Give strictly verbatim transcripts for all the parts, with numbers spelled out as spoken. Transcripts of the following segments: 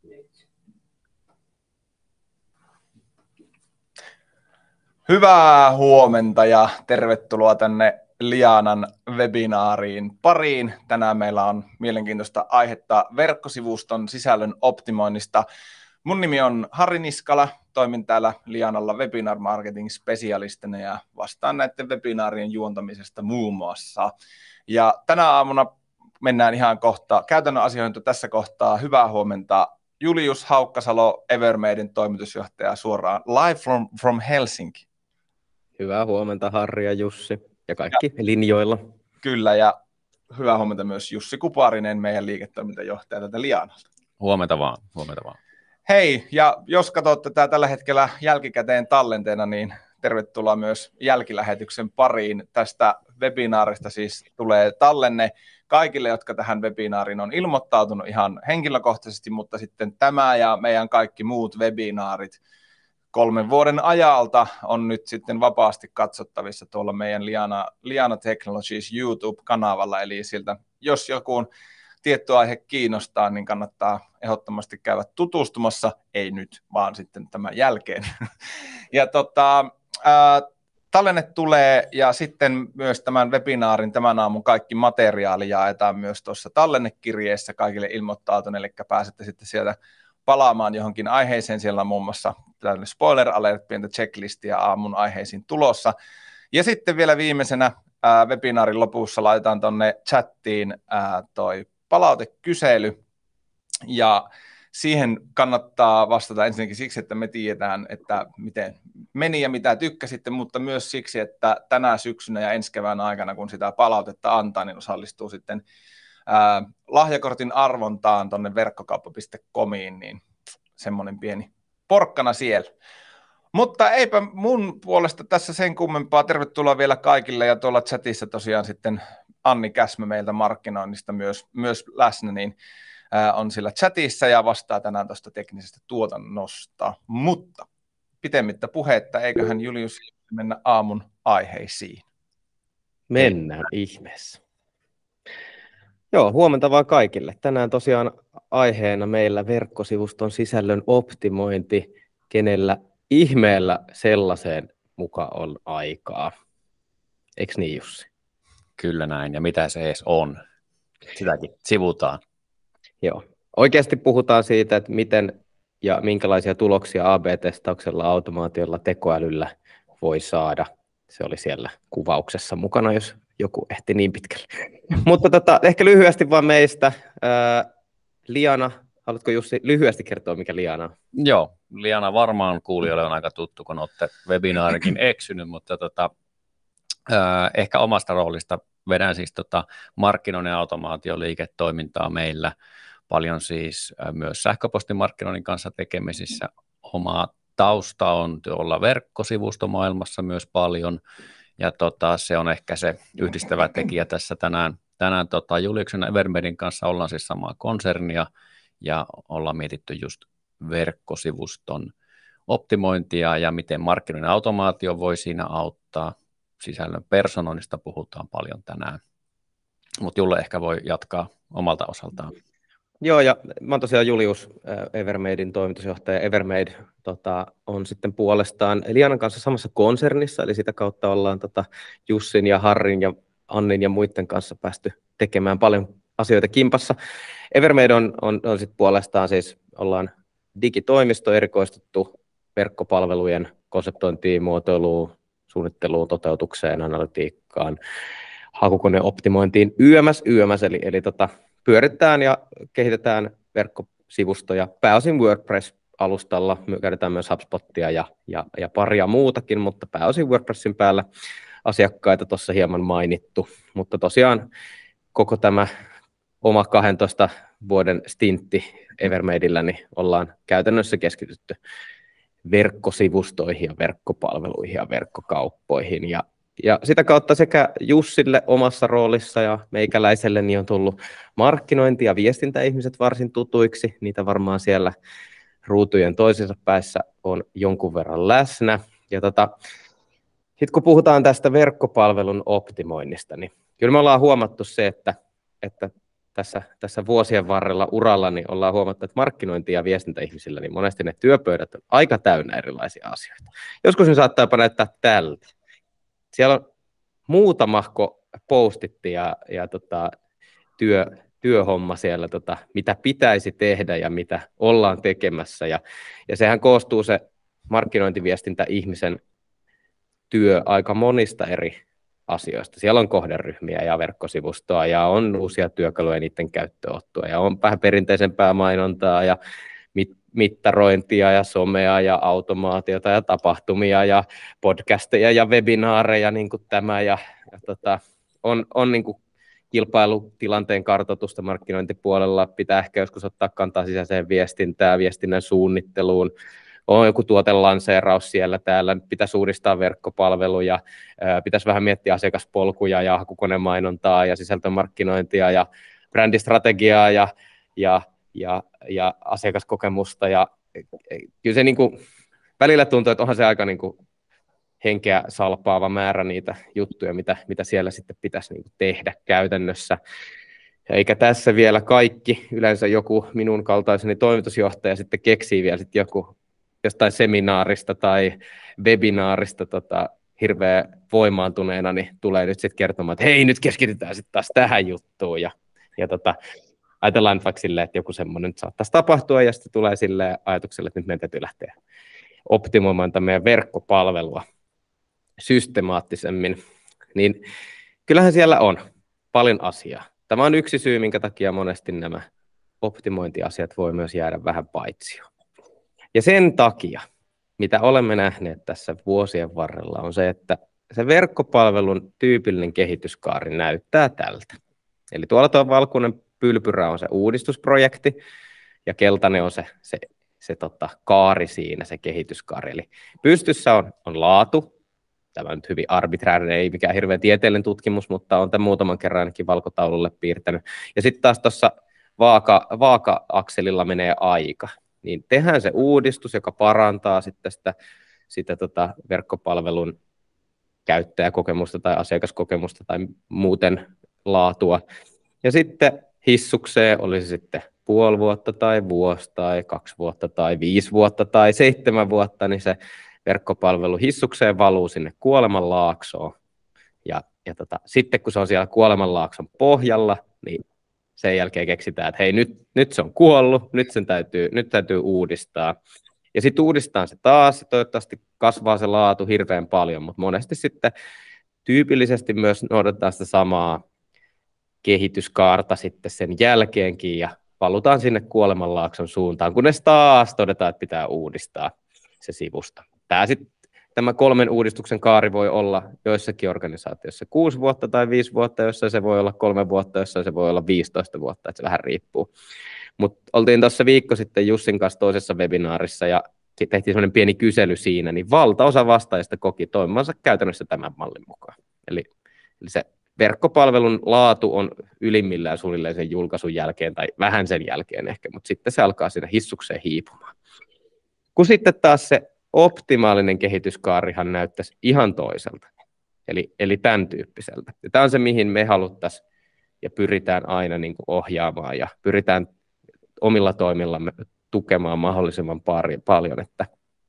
Hyvää huomenta ja tervetuloa tänne Lianan webinaariin pariin. Tänään meillä on mielenkiintoista aihetta verkkosivuston sisällön optimoinnista. Mun nimi on Harri Niskala, toimin täällä Lianalla webinar marketing specialistina ja vastaan näiden webinaarien juontamisesta muun muassa. Ja tänä aamuna mennään ihan kohta käytännön asioihin tässä kohtaa. Hyvää huomenta Julius Haukkasalo, Evermaden toimitusjohtaja suoraan live from, from Helsinki. Hyvää huomenta Harri ja Jussi ja kaikki ja, linjoilla. Kyllä, ja hyvää huomenta myös Jussi Kuparinen, meidän liiketoimintajohtaja tätä Lianalta. Huomenta vaan, huomenta vaan. Hei, ja jos katsotte tätä tällä hetkellä jälkikäteen tallenteena, niin tervetuloa myös jälkilähetyksen pariin. Tästä webinaarista siis tulee tallenne kaikille, jotka tähän webinaariin on ilmoittautunut ihan henkilökohtaisesti, mutta sitten tämä ja meidän kaikki muut webinaarit kolmen vuoden ajalta on nyt sitten vapaasti katsottavissa tuolla meidän Liana, Liana Technologies YouTube-kanavalla, eli siltä, jos joku tietty aihe kiinnostaa, niin kannattaa ehdottomasti käydä tutustumassa, ei nyt, vaan sitten tämän jälkeen. Ja tota, ää, tallenne tulee, ja sitten myös tämän webinaarin, tämän aamun kaikki materiaali jaetaan myös tuossa tallennekirjeessä kaikille ilmoittautuneille, eli pääsette sitten sieltä palaamaan johonkin aiheeseen. Siellä on muun muassa tällainen spoiler alert, pientä checklistia aamun aiheisiin tulossa. Ja sitten vielä viimeisenä ää, webinaarin lopussa laitetaan tuonne chattiin ää, toi palautekysely. Ja siihen kannattaa vastata ensinnäkin siksi, että me tiedetään, että miten meni ja mitä tykkäsitte, mutta myös siksi, että tänä syksynä ja ensi kevään aikana, kun sitä palautetta antaa, niin osallistuu sitten ää, lahjakortin arvontaan tuonne verkkokauppa piste comiin, niin semmoinen pieni porkkana siellä. Mutta eipä mun puolesta tässä sen kummempaa. Tervetuloa vielä kaikille, ja tuolla chatissa tosiaan sitten Anni Käsmä meiltä markkinoinnista myös, myös läsnä, niin ää, on sillä chatissa ja vastaa tänään tuosta teknisestä tuotannosta. Mutta pitemmittä puhetta, eiköhän Julius mennä aamun aiheisiin. Mennään ihmeessä. Joo, huomenta vaan kaikille. Tänään tosiaan aiheena meillä verkkosivuston sisällön optimointi, kenellä ihmeellä sellaiseen muka on aikaa. Eiks niin, Jussi? Kyllä näin, ja mitä se edes on? Sitäkin sivutaan. Joo, oikeasti puhutaan siitä, että miten ja minkälaisia tuloksia A B-testauksella, automaatiolla, tekoälyllä voi saada. Se oli siellä kuvauksessa mukana, jos joku ehti niin pitkälle. Mutta tota, ehkä lyhyesti vaan meistä. Ää, Liana, haluatko Jussi lyhyesti kertoa, mikä Liana on? Joo, Liana varmaan kuulijoille on aika tuttu, kun olette webinaarikin eksynyt, mutta tota, ää, ehkä omasta roolista vedän siis tota markkinoinnin ja automaatioliiketoimintaa meillä. Paljon siis ää, myös sähköpostimarkkinoinnin kanssa tekemisissä. Oma tausta on tuolla verkkosivustomaailmassa myös paljon. Ja tota, se on ehkä se yhdistävä tekijä tässä tänään. Tänään tota, Juliuksen Evermaden kanssa ollaan siis samaa konsernia ja ollaan mietitty just verkkosivuston optimointia ja miten markkinoinnin automaatio voi siinä auttaa. Sisällön personoinnista puhutaan paljon tänään, mutta Julle ehkä voi jatkaa omalta osaltaan. Joo, ja mä oon tosiaan Julius, Evermaden toimitusjohtaja. Evermade tota, on sitten puolestaan Lianan kanssa samassa konsernissa, eli sitä kautta ollaan tota, Jussin ja Harrin ja Annin ja muiden kanssa päästy tekemään paljon asioita kimpassa. Evermade on, on, on sitten puolestaan siis, ollaan digitoimisto erikoistuttu verkkopalvelujen konseptointiin, muotoiluun, suunnitteluun, toteutukseen, analytiikkaan, hakukoneoptimointiin, yms, yms, eli, eli tota, pyöritetään ja kehitetään verkkosivustoja pääosin WordPress-alustalla. Me käytetään myös HubSpotia ja, ja, ja paria muutakin, mutta pääosin WordPressin päällä asiakkaita tuossa hieman mainittu. Mutta tosiaan koko tämä oma kahdentoista vuoden stintti Evermadella niin ollaan käytännössä keskitytty verkkosivustoihin ja verkkopalveluihin ja verkkokauppoihin. Ja Ja sitä kautta sekä Jussille omassa roolissa ja meikäläiselle niin on tullut markkinointi- ja viestintäihmiset varsin tutuiksi. Niitä varmaan siellä ruutujen toisessa päässä on jonkun verran läsnä. Ja tota, sitten kun puhutaan tästä verkkopalvelun optimoinnista, niin kyllä me ollaan huomattu se, että, että tässä, tässä vuosien varrella uralla niin ollaan huomattu, että markkinointi- ja viestintäihmisillä niin monesti ne työpöydät on aika täynnä erilaisia asioita. Joskus ne saattaa näyttää tältä. Siellä on muutamahko postitti ja, ja tota, työ, työhomma siellä, tota, mitä pitäisi tehdä ja mitä ollaan tekemässä. Ja, ja sehän koostuu se markkinointiviestintäihmisen työ aika monista eri asioista. Siellä on kohderyhmiä ja verkkosivustoa ja on uusia työkaluja niiden käyttöönottoa ja on vähän perinteisempää mainontaa ja mit- mittarointia ja somea ja automaatiota ja tapahtumia ja podcasteja ja webinaareja niin kuin tämä ja, ja tota, on, on niin kuin kilpailutilanteen kartoitusta markkinointipuolella, pitää ehkä joskus ottaa kantaa sisäiseen viestintään, viestinnän suunnitteluun, on joku tuotelanseeraus siellä täällä, pitäisi uudistaa verkkopalveluja, pitäisi vähän miettiä asiakaspolkuja ja hakukonemainontaa ja sisältömarkkinointia ja brändistrategiaa ja, ja, ja, ja asiakaskokemusta. Ja kyllä se niin kuin, välillä tuntuu, että onhan se aika niin kuin henkeä salpaava määrä niitä juttuja, mitä, mitä siellä sitten pitäisi niin kuin tehdä käytännössä. Eikä tässä vielä kaikki, yleensä joku minun kaltaiseni toimitusjohtaja sitten keksii vielä sitten joku jostain seminaarista tai webinaarista tota, hirveän voimaantuneena, niin tulee nyt sitten kertomaan, että hei, nyt keskitytään sitten taas tähän juttuun. Ja, ja tota, ajatellaan vaikka silleen, että joku semmoinen nyt saattaisi tapahtua, ja sitten tulee silleen ajatukselle, että nyt meidän täytyy lähteä optimoimaan tämän meidän verkkopalvelua systemaattisemmin. Niin kyllähän siellä on paljon asiaa. Tämä on yksi syy, minkä takia monesti nämä optimointiasiat voi myös jäädä vähän paitsioon. Ja sen takia, mitä olemme nähneet tässä vuosien varrella, on se, että se verkkopalvelun tyypillinen kehityskaari näyttää tältä. Eli tuolla tuo valkoinen pylpyrä on se uudistusprojekti, ja keltainen on se, se, se tota, kaari siinä, se kehityskaari. Eli pystyssä on, on laatu. Tämä on nyt hyvin arbitraarinen, ei mikään hirveän tieteellinen tutkimus, mutta on tämän muutaman kerran ainakin valkotaululle piirtänyt. Ja sitten taas tuossa vaaka, vaaka-akselilla menee aika. Niin tehdään se uudistus, joka parantaa sitten sitä, sitä tota verkkopalvelun käyttäjäkokemusta tai asiakaskokemusta tai muuten laatua. Ja sitten hissukseen, oli se sitten puoli vuotta tai vuosi tai kaksi vuotta tai viisi vuotta tai seitsemän vuotta, niin se verkkopalvelu hissukseen valuu sinne kuolemanlaaksoon. Ja, ja tota, sitten kun se on siellä kuolemanlaakson pohjalla, niin sen jälkeen keksitään, että hei, nyt, nyt se on kuollut, nyt sen täytyy, nyt täytyy uudistaa. Ja sitten uudistaan se taas, ja toivottavasti kasvaa se laatu hirveän paljon, mutta monesti sitten tyypillisesti myös noudatetaan sitä samaa kehityskaarta sitten sen jälkeenkin, ja valutaan sinne kuolemanlaakson suuntaan, kunnes taas todetaan, että pitää uudistaa se sivusto. Tämä sitten Tämä kolmen uudistuksen kaari voi olla joissakin organisaatioissa kuusi vuotta tai viisi vuotta, jossa se voi olla kolme vuotta, jossa se voi olla viisitoista vuotta, että se vähän riippuu. Mutta oltiin tuossa viikko sitten Jussin kanssa toisessa webinaarissa ja tehtiin sellainen pieni kysely siinä, niin valtaosa vastaajista koki toimivansa käytännössä tämän mallin mukaan. Eli, eli se verkkopalvelun laatu on ylimmillään suunnilleen sen julkaisun jälkeen tai vähän sen jälkeen ehkä, mutta sitten se alkaa siinä hissukseen hiipumaan. Kun sitten taas se optimaalinen kehityskaarihan näyttäisi ihan toiselta, eli, eli tämän tyyppiseltä. Ja tämä on se, mihin me haluttaisiin ja pyritään aina niin kuin ohjaamaan ja pyritään omilla toimillamme tukemaan mahdollisimman pari, paljon, että,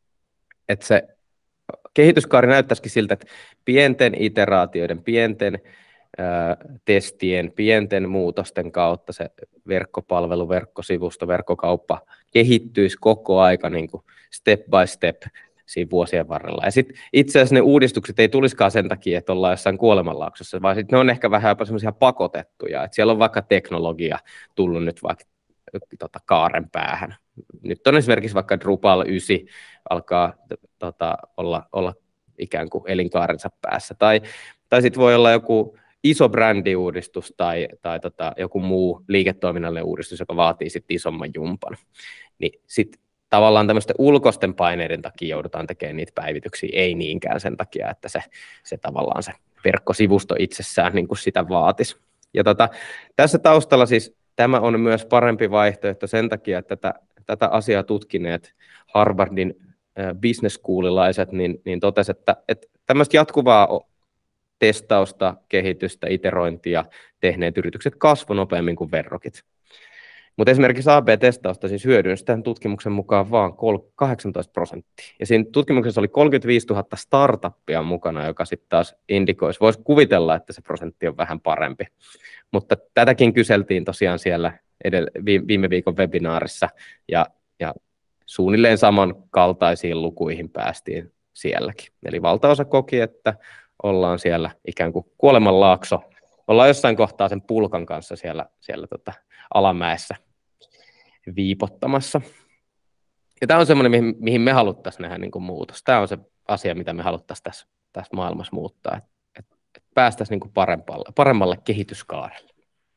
että se kehityskaari näyttäisikin siltä, että pienten iteraatioiden, pienten ää, testien, pienten muutosten kautta se verkkopalvelu, verkkosivusto, verkkokauppa kehittyisi koko aika niin kuin step by step siinä vuosien varrella. Ja sitten itse asiassa ne uudistukset ei tulisikaan sen takia, että ollaan jossain kuolemanlaaksossa, vaan sitten ne on ehkä vähän jopa semmoisia pakotettuja, että siellä on vaikka teknologia tullut nyt vaikka tota, kaaren päähän. Nyt on esimerkiksi vaikka Drupal yhdeksän alkaa tota, olla, olla ikään kuin elinkaarensa päässä, tai, tai sitten voi olla joku iso brändiuudistus tai, tai tota, joku muu liiketoiminnallinen uudistus, joka vaatii sitten isomman jumpan. Niin sitten tavallaan tämmöisten ulkoisten paineiden takia joudutaan tekemään niitä päivityksiä, ei niinkään sen takia, että se, se tavallaan se verkkosivusto itsessään niin kuin sitä vaatisi. Ja tota, tässä taustalla siis tämä on myös parempi vaihtoehto sen takia, että tätä, tätä asiaa tutkineet Harvardin äh, business schoolilaiset niin, niin totesivat, että, että tämmöistä jatkuvaa testausta, kehitystä, iterointia tehneet yritykset kasvo nopeammin kuin verrokit. Mutta esimerkiksi A B-testausta siis hyödynsi tämän tutkimuksen mukaan vaan kahdeksantoista prosenttia. Ja siinä tutkimuksessa oli kolmekymmentäviisituhatta startuppia mukana, joka sitten taas indikoisi. Voisi kuvitella, että se prosentti on vähän parempi. Mutta tätäkin kyseltiin tosiaan siellä edell- viime viikon webinaarissa, ja, ja suunnilleen samankaltaisiin lukuihin päästiin sielläkin. Eli valtaosa koki, että ollaan siellä ikään kuin kuolemanlaakso. Ollaan jossain kohtaa sen pulkan kanssa siellä, siellä tota alamäessä viipottamassa. Ja tämä on semmoinen, mihin, mihin me haluttaisiin nähdä niin kuin muutos. Tämä on se asia, mitä me haluttaisiin tässä, tässä maailmassa muuttaa, että et, et päästäisiin niin kuin paremmalle, paremmalle kehityskaarelle.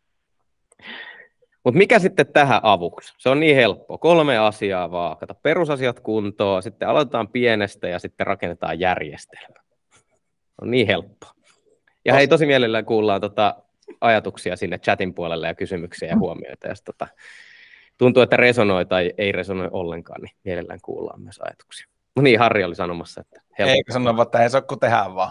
Mutta mikä sitten tähän avuksi? Se on niin helppoa. Kolme asiaa vaan. Kato perusasiat kuntoon, sitten aloitetaan pienestä ja sitten rakennetaan järjestelmä. On niin helppoa. Ja hei, tosi mielellään kuullaan tota ajatuksia sinne chatin puolelle ja kysymyksiä ja huomioita. Jos tota, tuntuu, että resonoi tai ei resonoi ollenkaan, niin mielellään kuullaan myös ajatuksia. No niin, Harri oli sanomassa, että helppoa. Eikö sanoa, että ei se ole kun tehdään vaan.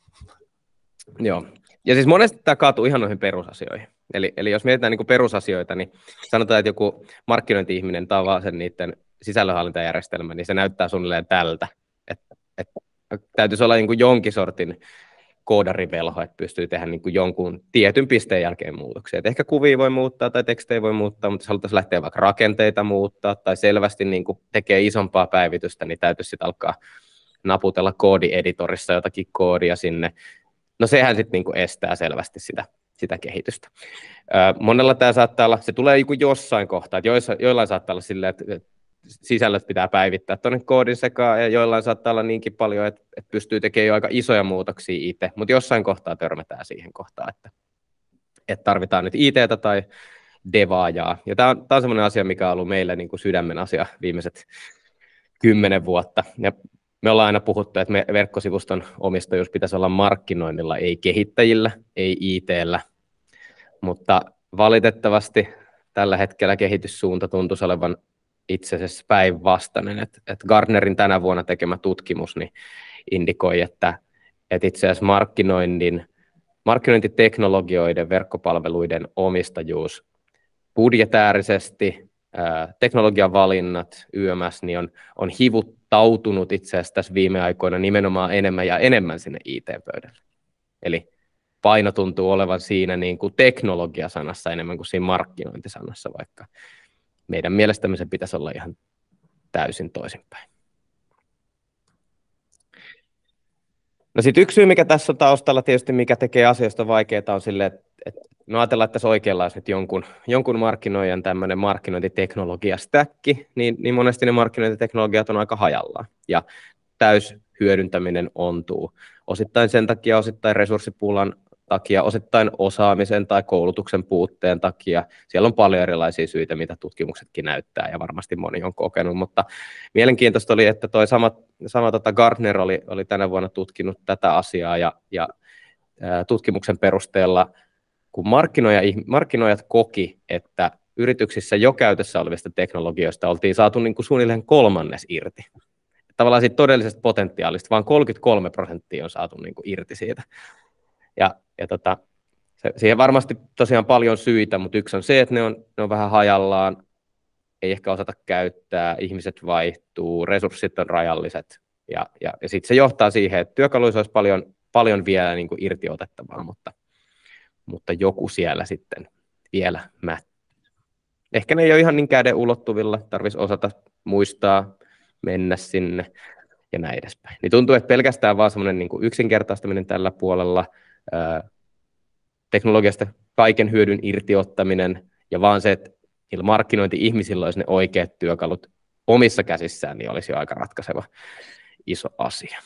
Joo. Ja siis monesti tämä kaatuu ihan noihin perusasioihin. Eli, eli jos mietitään niin kuin perusasioita, niin sanotaan, että joku markkinointi-ihminen tavaa sen niiden sisällönhallintajärjestelmän, niin se näyttää suunnilleen tältä. Että et, täytyisi olla niin kuin jonkin sortin koodarivelho, että pystyy tehdä niin kuin jonkun tietyn pisteen jälkeen muutoksia. Et ehkä kuvia voi muuttaa tai tekstejä voi muuttaa, mutta jos haluttaisiin lähteä vaikka rakenteita muuttaa tai selvästi niin kuin tekee isompaa päivitystä, niin täytyisi sitten alkaa naputella koodieditorissa jotakin koodia sinne. No sehän sitten niin kuin estää selvästi sitä, sitä kehitystä. Öö, monella tämä saattaa olla, se tulee joku jossain kohtaa, että joissa, joillain saattaa olla silleen, että sisällöt pitää päivittää tuonne koodin sekaan, ja joillain saattaa olla niinkin paljon, että, että pystyy tekemään jo aika isoja muutoksia itse, mutta jossain kohtaa törmätään siihen kohtaan, että, että tarvitaan nyt I T:tä tai devaajaa. Ja tämä on, tämä on sellainen asia, mikä on ollut meille niin kuin sydämen asia viimeiset kymmenen vuotta. Ja me ollaan aina puhuttu, että me verkkosivuston omistajuus pitäisi olla markkinoinnilla, ei kehittäjillä, ei I T:llä, mutta valitettavasti tällä hetkellä kehityssuunta tuntuisi olevan itse asiassa päinvastainen, että, että Gartnerin tänä vuonna tekemä tutkimus niin indikoi, että, että itse asiassa markkinoinnin, markkinointiteknologioiden, verkkopalveluiden omistajuus budjetäärisesti, ää, teknologian valinnat, Y M S, niin on, on hivuttautunut itse asiassa tässä viime aikoina nimenomaan enemmän ja enemmän sinne I T-pöydälle. Eli paino tuntuu olevan siinä niin kuin teknologiasanassa enemmän kuin siinä markkinointisanassa, vaikka meidän mielestämme se pitäisi olla ihan täysin toisinpäin. No sitten yksi syy, mikä tässä on taustalla tietysti, mikä tekee asioista vaikeaa, on sille, että, että no ajatellaan, että tässä oikealla olisi nyt jonkun, jonkun markkinoijan tämmöinen markkinointiteknologiastäkki, niin, niin monesti ne markkinointiteknologiat on aika hajallaan, ja täys hyödyntäminen ontuu. Osittain sen takia, osittain resurssipulan takia, osittain osaamisen tai koulutuksen puutteen takia. Siellä on paljon erilaisia syitä, mitä tutkimuksetkin näyttää, ja varmasti moni on kokenut, mutta mielenkiintoista oli, että toi sama, sama tota Gartner oli, oli tänä vuonna tutkinut tätä asiaa, ja, ja ää, tutkimuksen perusteella, kun markkinoijat koki, että yrityksissä jo käytössä olevista teknologioista oltiin saatu niin kuin suunnilleen kolmannes irti. Tavallaan siitä todellisesta potentiaalista, vaan kolmekymmentäkolme prosenttia on saatu niin kuin irti siitä. Ja, ja tota, se, siihen varmasti tosiaan paljon syitä, mutta yksi on se, että ne on, ne on vähän hajallaan, ei ehkä osata käyttää, ihmiset vaihtuu, resurssit on rajalliset, ja, ja, ja sitten se johtaa siihen, että työkaluissa olisi paljon, paljon vielä niin kuin irti otettavaa, mutta, mutta joku siellä sitten vielä mättää. Ehkä ne ei ole ihan niin käden ulottuvilla, tarvitsisi osata muistaa, mennä sinne ja näin edespäin. Niin tuntuu, että pelkästään vaan semmoinen niin kuin yksinkertaistaminen tällä puolella, ää, teknologiasta kaiken hyödyn irtiottaminen ja vaan se, että niillä markkinointi-ihmisillä olisi ne oikeat työkalut omissa käsissään, niin olisi jo aika ratkaiseva iso asia.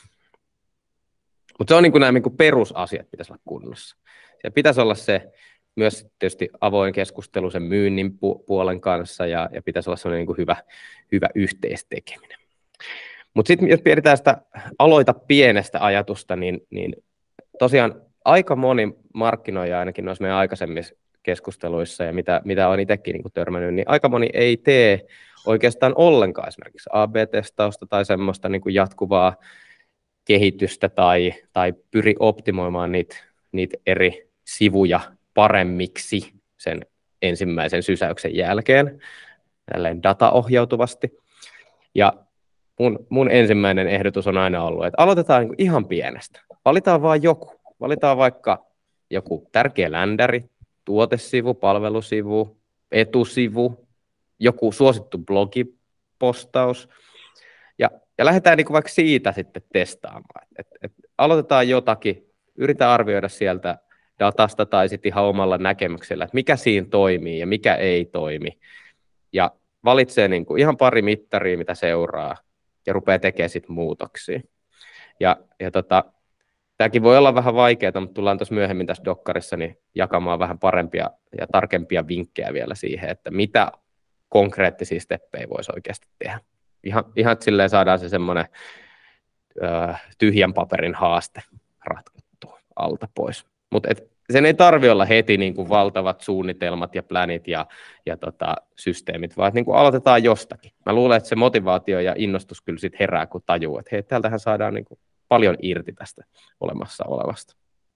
Mutta se on niin kuin nämä niin kuin perusasiat pitäisi olla kunnossa. Ja pitäisi olla se myös tietysti avoin keskustelu sen myynnin pu- puolen kanssa ja, ja pitäisi olla sellainen niin kuin hyvä, hyvä yhteistekeminen. Mutta sitten jos mietitään sitä aloita pienestä ajatusta, niin, niin tosiaan aika moni markkinoija ainakin noissa meidän aikaisemmissa keskusteluissa ja mitä, mitä olen itsekin niin kuin törmännyt, niin aika moni ei tee oikeastaan ollenkaan esimerkiksi A B-testausta tai semmoista niin kuin jatkuvaa kehitystä tai, tai pyri optimoimaan niitä, niitä eri sivuja paremmiksi sen ensimmäisen sysäyksen jälkeen, tälleen dataohjautuvasti. Ja mun, mun ensimmäinen ehdotus on aina ollut, että aloitetaan niin ihan pienestä. Valitaan vaan joku. Valitaan vaikka joku tärkeä ländäri, tuotesivu, palvelusivu, etusivu, joku suosittu blogipostaus. Ja, ja lähdetään niin kuin vaikka siitä sitten testaamaan. Et, et, aloitetaan jotakin, yritetään arvioida sieltä datasta tai sitten ihan omalla näkemyksellä, että mikä siinä toimii ja mikä ei toimi. Ja valitsee niin kuin ihan pari mittaria, mitä seuraa, ja rupeaa tekemään sitten muutoksia. Ja, ja tota, tämäkin voi olla vähän vaikeaa, mutta tullaan tuossa myöhemmin tässä dokkarissa niin jakamaan vähän parempia ja tarkempia vinkkejä vielä siihen, että mitä konkreettisia steppejä voisi oikeasti tehdä. Ihan, ihan silleen saadaan se semmoinen ö, tyhjän paperin haaste ratkottua alta pois. Mutta sen ei tarvitse olla heti niin kuin valtavat suunnitelmat ja planit ja, ja tota, systeemit, vaan niin kuin aloitetaan jostakin. Mä luulen, että se motivaatio ja innostus kyllä sit herää, kun tajuu, että hei, täältähän saadaan niin kuin paljon irti tästä olemassa olevasta.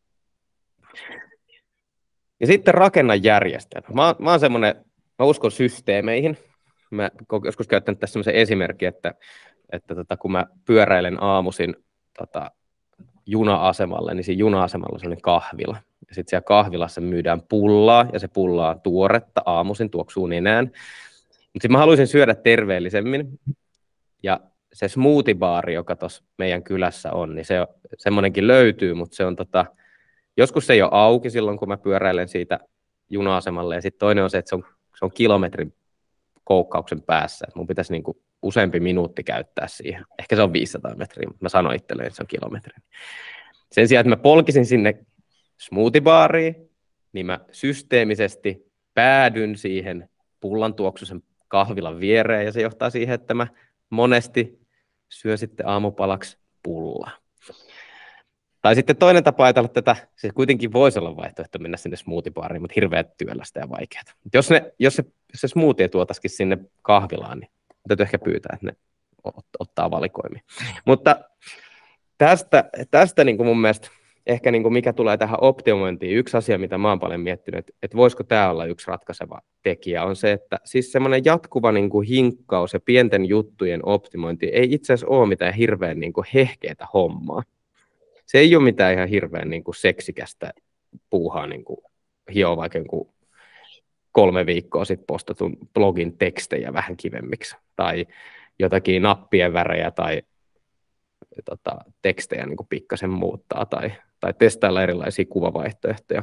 Ja sitten rakenna järjestelmä. Mä, mä oon semmoinen, mä uskon systeemeihin. Mä joskus käyttänyt tässä semmoisen esimerkin, että, että tota, kun mä pyöräilen aamuisin tota, juna-asemalle, niin siinä juna-asemalla on sellainen kahvila. Ja sitten siellä kahvilassa myydään pullaa, ja se pullaa on tuoretta aamuisin, tuoksuu nenään. Mutta sitten mä haluaisin syödä terveellisemmin, ja se smoothie-baari, joka tuossa meidän kylässä on, niin se on, semmoinenkin löytyy, mutta se on tota, joskus se ei ole auki silloin, kun mä pyöräilen siitä juna-asemalle, ja sitten toinen on se, että se on, se on kilometrin koukkauksen päässä, että mun pitäisi niinku useampi minuutti käyttää siihen. Ehkä se on viisisataa metriä, mutta mä sanoin itselleen, että se on kilometri. Sen sijaan, että mä polkisin sinne smoothie-baariin, niin mä systeemisesti päädyn siihen pullan tuoksuisen kahvilan viereen, ja se johtaa siihen, että mä monesti syön sitten aamupalaksi pullaa. Tai sitten toinen tapa ajatella tätä, se kuitenkin voisi olla vaihtoehto mennä sinne smoothie-baariin, mutta hirveän työlästä ja vaikeaa. Jos, ne, jos se, se smoothie tuotaisikin sinne kahvilaan, niin täytyy ehkä pyytää, että ne ot, ottaa valikoimia. Mutta tästä, tästä niin kuin mun mielestä ehkä niin kuin mikä tulee tähän optimointiin, yksi asia, mitä mä oon paljon miettinyt, että, että voisiko tämä olla yksi ratkaiseva tekijä, on se, että siis semmoinen jatkuva niin kuin hinkkaus ja pienten juttujen optimointi ei itse asiassa ole mitään hirveän niin kuin hehkeätä hommaa. Se ei ole mitään ihan hirveän niin kuin seksikästä puuhaa niin kuin hioa vaikka kolme viikkoa sitten postatun blogin tekstejä vähän kivemmiksi tai jotakin nappien värejä tai tota, tekstejä niin kuin pikkasen muuttaa tai, tai testailla erilaisia kuvavaihtoehtoja.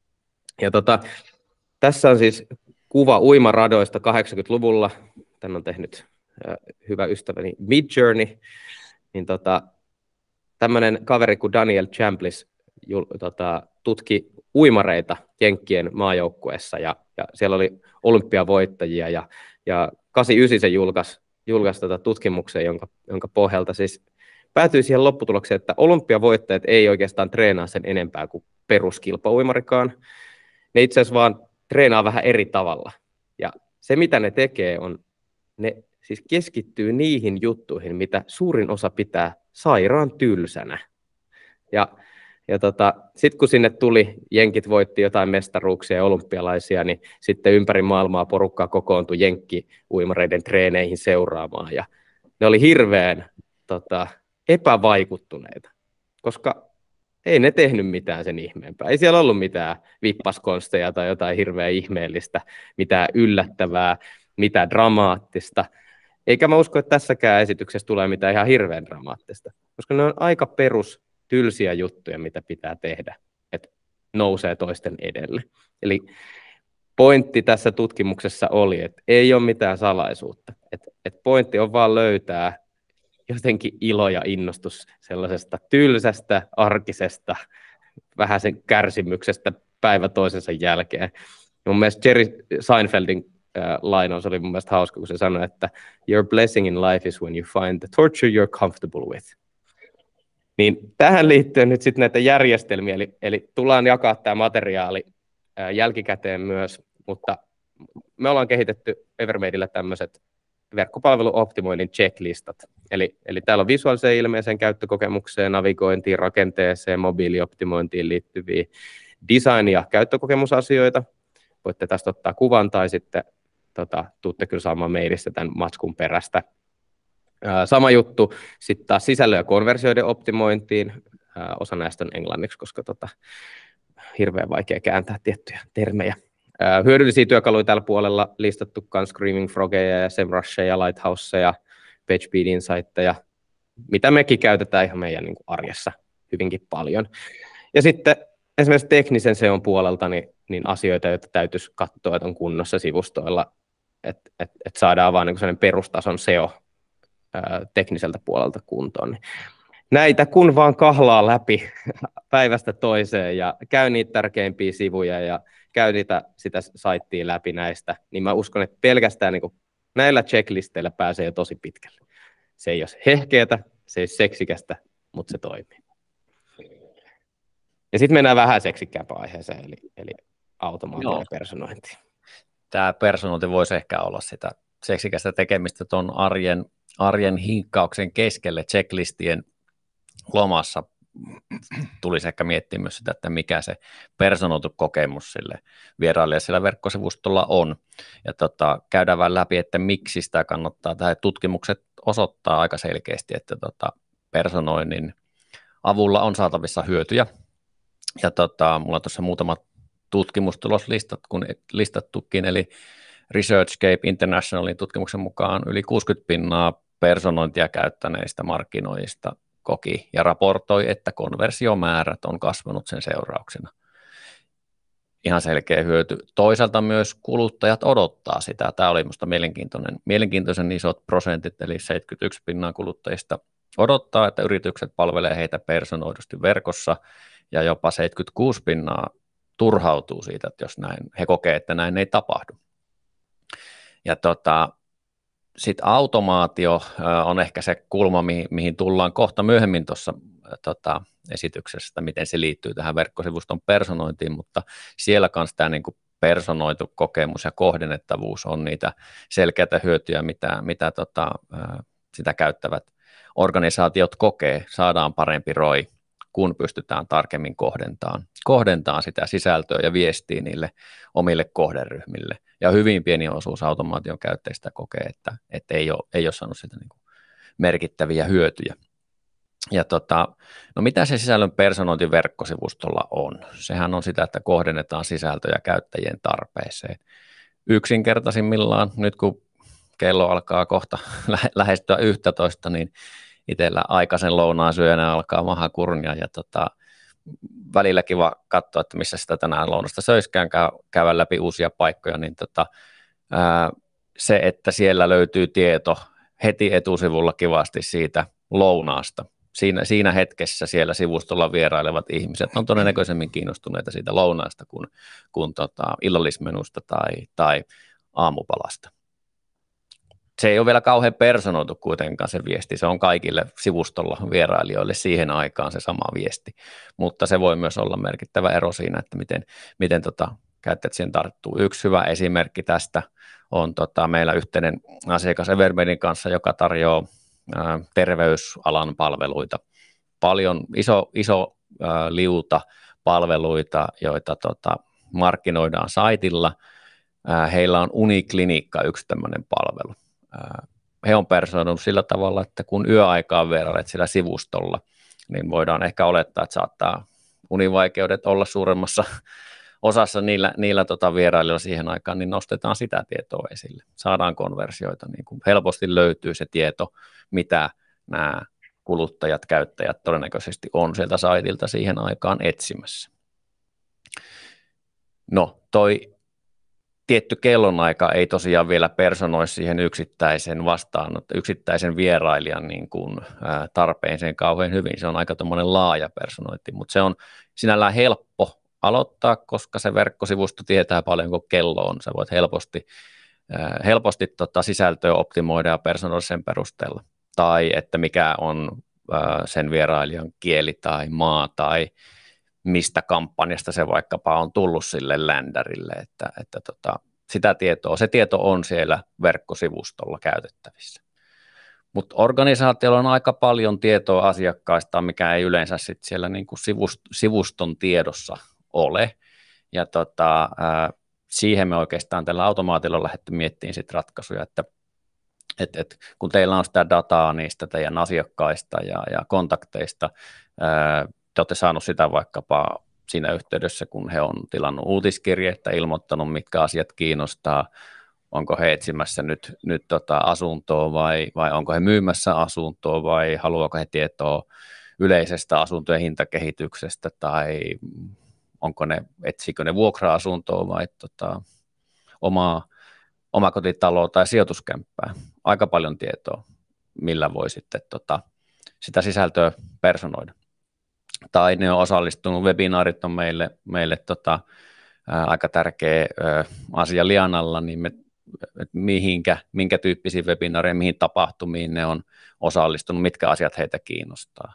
Ja tota, tässä on siis kuva uimaradoista kahdeksankymmentäluvulla. Tän on tehnyt äh, hyvä ystäväni Midjourney. Niin tota, tämmöinen kaveri kuin Daniel Champlis jul, tota, tutki uimareita Jenkkien maajoukkueessa ja, ja siellä oli olympiavoittajia ja, ja kahdeksankymmentäyhdeksän se julkaisi, julkaisi tota tutkimuksen, jonka, jonka pohjalta siis päätyi siihen lopputulokseen, että olympiavoittajat ei oikeastaan treenaa sen enempää kuin peruskilpauimarikaan. Ne itse asiassa vaan treenaa vähän eri tavalla. Ja se, mitä ne tekee, on, ne siis keskittyy niihin juttuihin, mitä suurin osa pitää sairaan tylsänä. Ja, ja tota, sitten kun sinne tuli, jenkit voitti jotain mestaruuksia ja olympialaisia, niin sitten ympäri maailmaa porukkaa kokoontui jenkki-uimareiden treeneihin seuraamaan. Ja ne oli hirveän tota, epävaikuttuneita, koska ei ne tehnyt mitään sen ihmeempää. Ei siellä ollut mitään vippaskonsteja tai jotain hirveän ihmeellistä, mitään yllättävää, mitään dramaattista. Eikä mä usko, että tässäkään esityksessä tulee mitään ihan hirveän dramaattista, koska ne on aika perus tylsiä juttuja, mitä pitää tehdä, että nousee toisten edelle. Eli pointti tässä tutkimuksessa oli, että ei ole mitään salaisuutta. Että, että pointti on vaan löytää jotenkin ilo ja innostus sellaisesta tylsästä, arkisesta, vähän sen kärsimyksestä päivä toisensa jälkeen. Mun mielestä Jerry Seinfeldin äh, lainaus oli mun mielestä hauska, kun se sanoi, että your blessing in life is when you find the torture you're comfortable with. Niin tähän liittyen nyt sitten näitä järjestelmiä, eli, eli tullaan jakaa tämä materiaali äh, jälkikäteen myös, mutta me ollaan kehitetty Evermadeillä tämmöiset verkkopalveluoptimoinnin checklistat. Eli, eli täällä on visuaaliseen ilmeiseen käyttökokemukseen, navigointiin, rakenteeseen, mobiilioptimointiin liittyviä design- ja käyttökokemusasioita. Voitte tästä ottaa kuvan tai sitten tota, tuutte kyllä saamaan mailista tämän matskun perästä. Ää, sama juttu sitten taas sisällön ja konversioiden optimointiin. Ää, osa näistä on englanniksi, koska tota, hirveän vaikea kääntää tiettyjä termejä. Ää, hyödyllisiä työkaluja tällä puolella listattu myös Screaming Frogeja ja SEMrushia, Lighthouseja, PageSpeed Insightteja, mitä mekin käytetään ihan meidän niin kuin arjessa hyvinkin paljon. Ja sitten esimerkiksi teknisen S E O:n puolelta niin, niin asioita, joita täytyisi katsoa, että on kunnossa sivustoilla, että et, et saadaan vaan niin sellainen perustason S E O ää, tekniseltä puolelta kuntoon. Niin näitä kun vaan kahlaa läpi päivästä toiseen ja käy niitä tärkeimpiä sivuja ja käy niitä, sitä saittia läpi näistä, niin mä uskon, että pelkästään niin kuin näillä checklisteillä pääsee jo tosi pitkälle. Se ei ole hehkeätä, se ei ole seksikästä, mutta se toimii. Ja sitten mennään vähän seksikkäämpään aiheeseen, eli, eli automaatio ja personointi. Tämä personointi voisi ehkä olla sitä seksikästä tekemistä tuon arjen, arjen hinkkauksen keskelle checklistien lomassa. Tulisi ehkä miettiä myös sitä, että mikä se personoitu kokemus sille vierailijalle siellä verkkosivustolla on. Ja tota, käydään vähän läpi, että miksi sitä kannattaa. Tämä tutkimukset osoittaa aika selkeästi, että tota, personoinnin avulla on saatavissa hyötyjä. Ja tota, mulla on tuossa muutamat tutkimustuloslistat, kun listattukin, eli ResearchGate Internationalin tutkimuksen mukaan yli kuusikymmentä pinnaa personointia käyttäneistä markkinoijista koki ja raportoi, että konversiomäärät on kasvanut sen seurauksena. Ihan selkeä hyöty. Toisaalta myös kuluttajat odottaa sitä. Tämä oli minusta mielenkiintoinen, mielenkiintoisen isot prosentit, eli seitsemänkymmentäyksi pinnaa kuluttajista odottaa, että yritykset palvelee heitä personoidusti verkossa, ja jopa seitsemänkymmentäkuusi pinnaa turhautuu siitä, että jos näin, he kokee, että näin ei tapahdu. Ja tota, sitten automaatio on ehkä se kulma, mihin, mihin tullaan kohta myöhemmin tuossa tota, esityksestä, miten se liittyy tähän verkkosivuston personointiin, mutta siellä kanssa tämä niin kuin personoitu kokemus ja kohdennettavuus on niitä selkeitä hyötyjä, mitä, mitä tota, sitä käyttävät organisaatiot kokee, saadaan parempi R O I, kun pystytään tarkemmin kohdentamaan, kohdentamaan sitä sisältöä ja viestiä niille omille kohderyhmille. Ja hyvin pieni osuus automaation käyttäjistä kokee, että, että ei, ole, ei ole saanut sitä niin kuin merkittäviä hyötyjä. Ja tota, no mitä se sisällön personointi verkkosivustolla on? Sehän on sitä, että kohdennetaan sisältöjä käyttäjien tarpeeseen. Yksinkertaisimmillaan, nyt kun kello alkaa kohta lähestyä yksitoista, niin itsellä aikaisen lounaan syönä alkaa maha kurnia ja tota, välillä kiva katsoa, että missä sitä tänään lounasta söiskään, käydä läpi uusia paikkoja, niin tota, ää, se, että siellä löytyy tieto heti etusivulla kivasti siitä lounaasta. Siinä, siinä hetkessä siellä sivustolla vierailevat ihmiset on todennäköisemmin kiinnostuneita siitä lounaasta kuin, kuin tota, illallismenusta tai, tai aamupalasta. Se ei ole vielä kauhean personoitu kuitenkaan se viesti, se on kaikille sivustolla vierailijoille siihen aikaan se sama viesti, mutta se voi myös olla merkittävä ero siinä, että miten, miten tota, käyttäjät siihen tarttuu. Yksi hyvä esimerkki tästä on tota, meillä yhteinen asiakas Evermedin kanssa, joka tarjoaa ää, terveysalan palveluita, paljon iso, iso ää, liuta palveluita, joita tota, markkinoidaan saitilla. Ää, heillä on Uniklinikka, yksi tämmöinen palvelu. He on personoinut sillä tavalla, että kun yöaikaan vierailet sillä sivustolla, niin voidaan ehkä olettaa, että saattaa univaikeudet olla suuremmassa osassa niillä, niillä tota vierailijoilla siihen aikaan, niin nostetaan sitä tietoa esille. Saadaan konversioita, niin kuin helposti löytyy se tieto, mitä nämä kuluttajat, käyttäjät todennäköisesti on sieltä saitilta siihen aikaan etsimässä. No, toi tietty kellonaika ei tosiaan vielä personoi siihen yksittäisen vastaan, yksittäisen vierailijan niin kuin, ää, tarpeeseen kauhean hyvin. Se on aika tommoinen laaja personointi, mutta se on sinällään helppo aloittaa, koska se verkkosivusto tietää paljonko kello on. Sä voit helposti, ää, helposti tota sisältöä optimoida ja personoida sen perusteella. Tai että mikä on ää, sen vierailijan kieli tai maa tai mistä kampanjasta se vaikkapa on tullut sille ländärille, että, että tota, sitä tietoa, se tieto on siellä verkkosivustolla käytettävissä. Mutta organisaatiolla on aika paljon tietoa asiakkaista, mikä ei yleensä sit siellä niinku sivust, sivuston tiedossa ole. Ja tota, ää, siihen me oikeastaan tällä automaatilla on lähdetty miettimään sit ratkaisuja, että et, et, kun teillä on sitä dataa niistä teidän asiakkaista ja, ja kontakteista, ää, te olette saaneet sitä vaikkapa siinä yhteydessä, kun he on tilannut uutiskirjettä, ilmoittanut, mitkä asiat kiinnostaa, onko he etsimässä nyt, nyt tota asuntoa vai, vai onko he myymässä asuntoa vai haluaako he tietoa yleisestä asuntojen hintakehityksestä tai onko ne, etsikö ne vuokra-asuntoa vai tota, omaa omakotitaloa tai sijoituskämppää. Aika paljon tietoa, millä voi sitten tota, sitä sisältöä personoida. Tai ne on osallistunut, webinaarit on meille, meille tota, ää, aika tärkeä ää, asia Lianalla, niin me, mihinkä, minkä tyyppisiin webinaareihin, mihin tapahtumiin ne on osallistunut, mitkä asiat heitä kiinnostaa.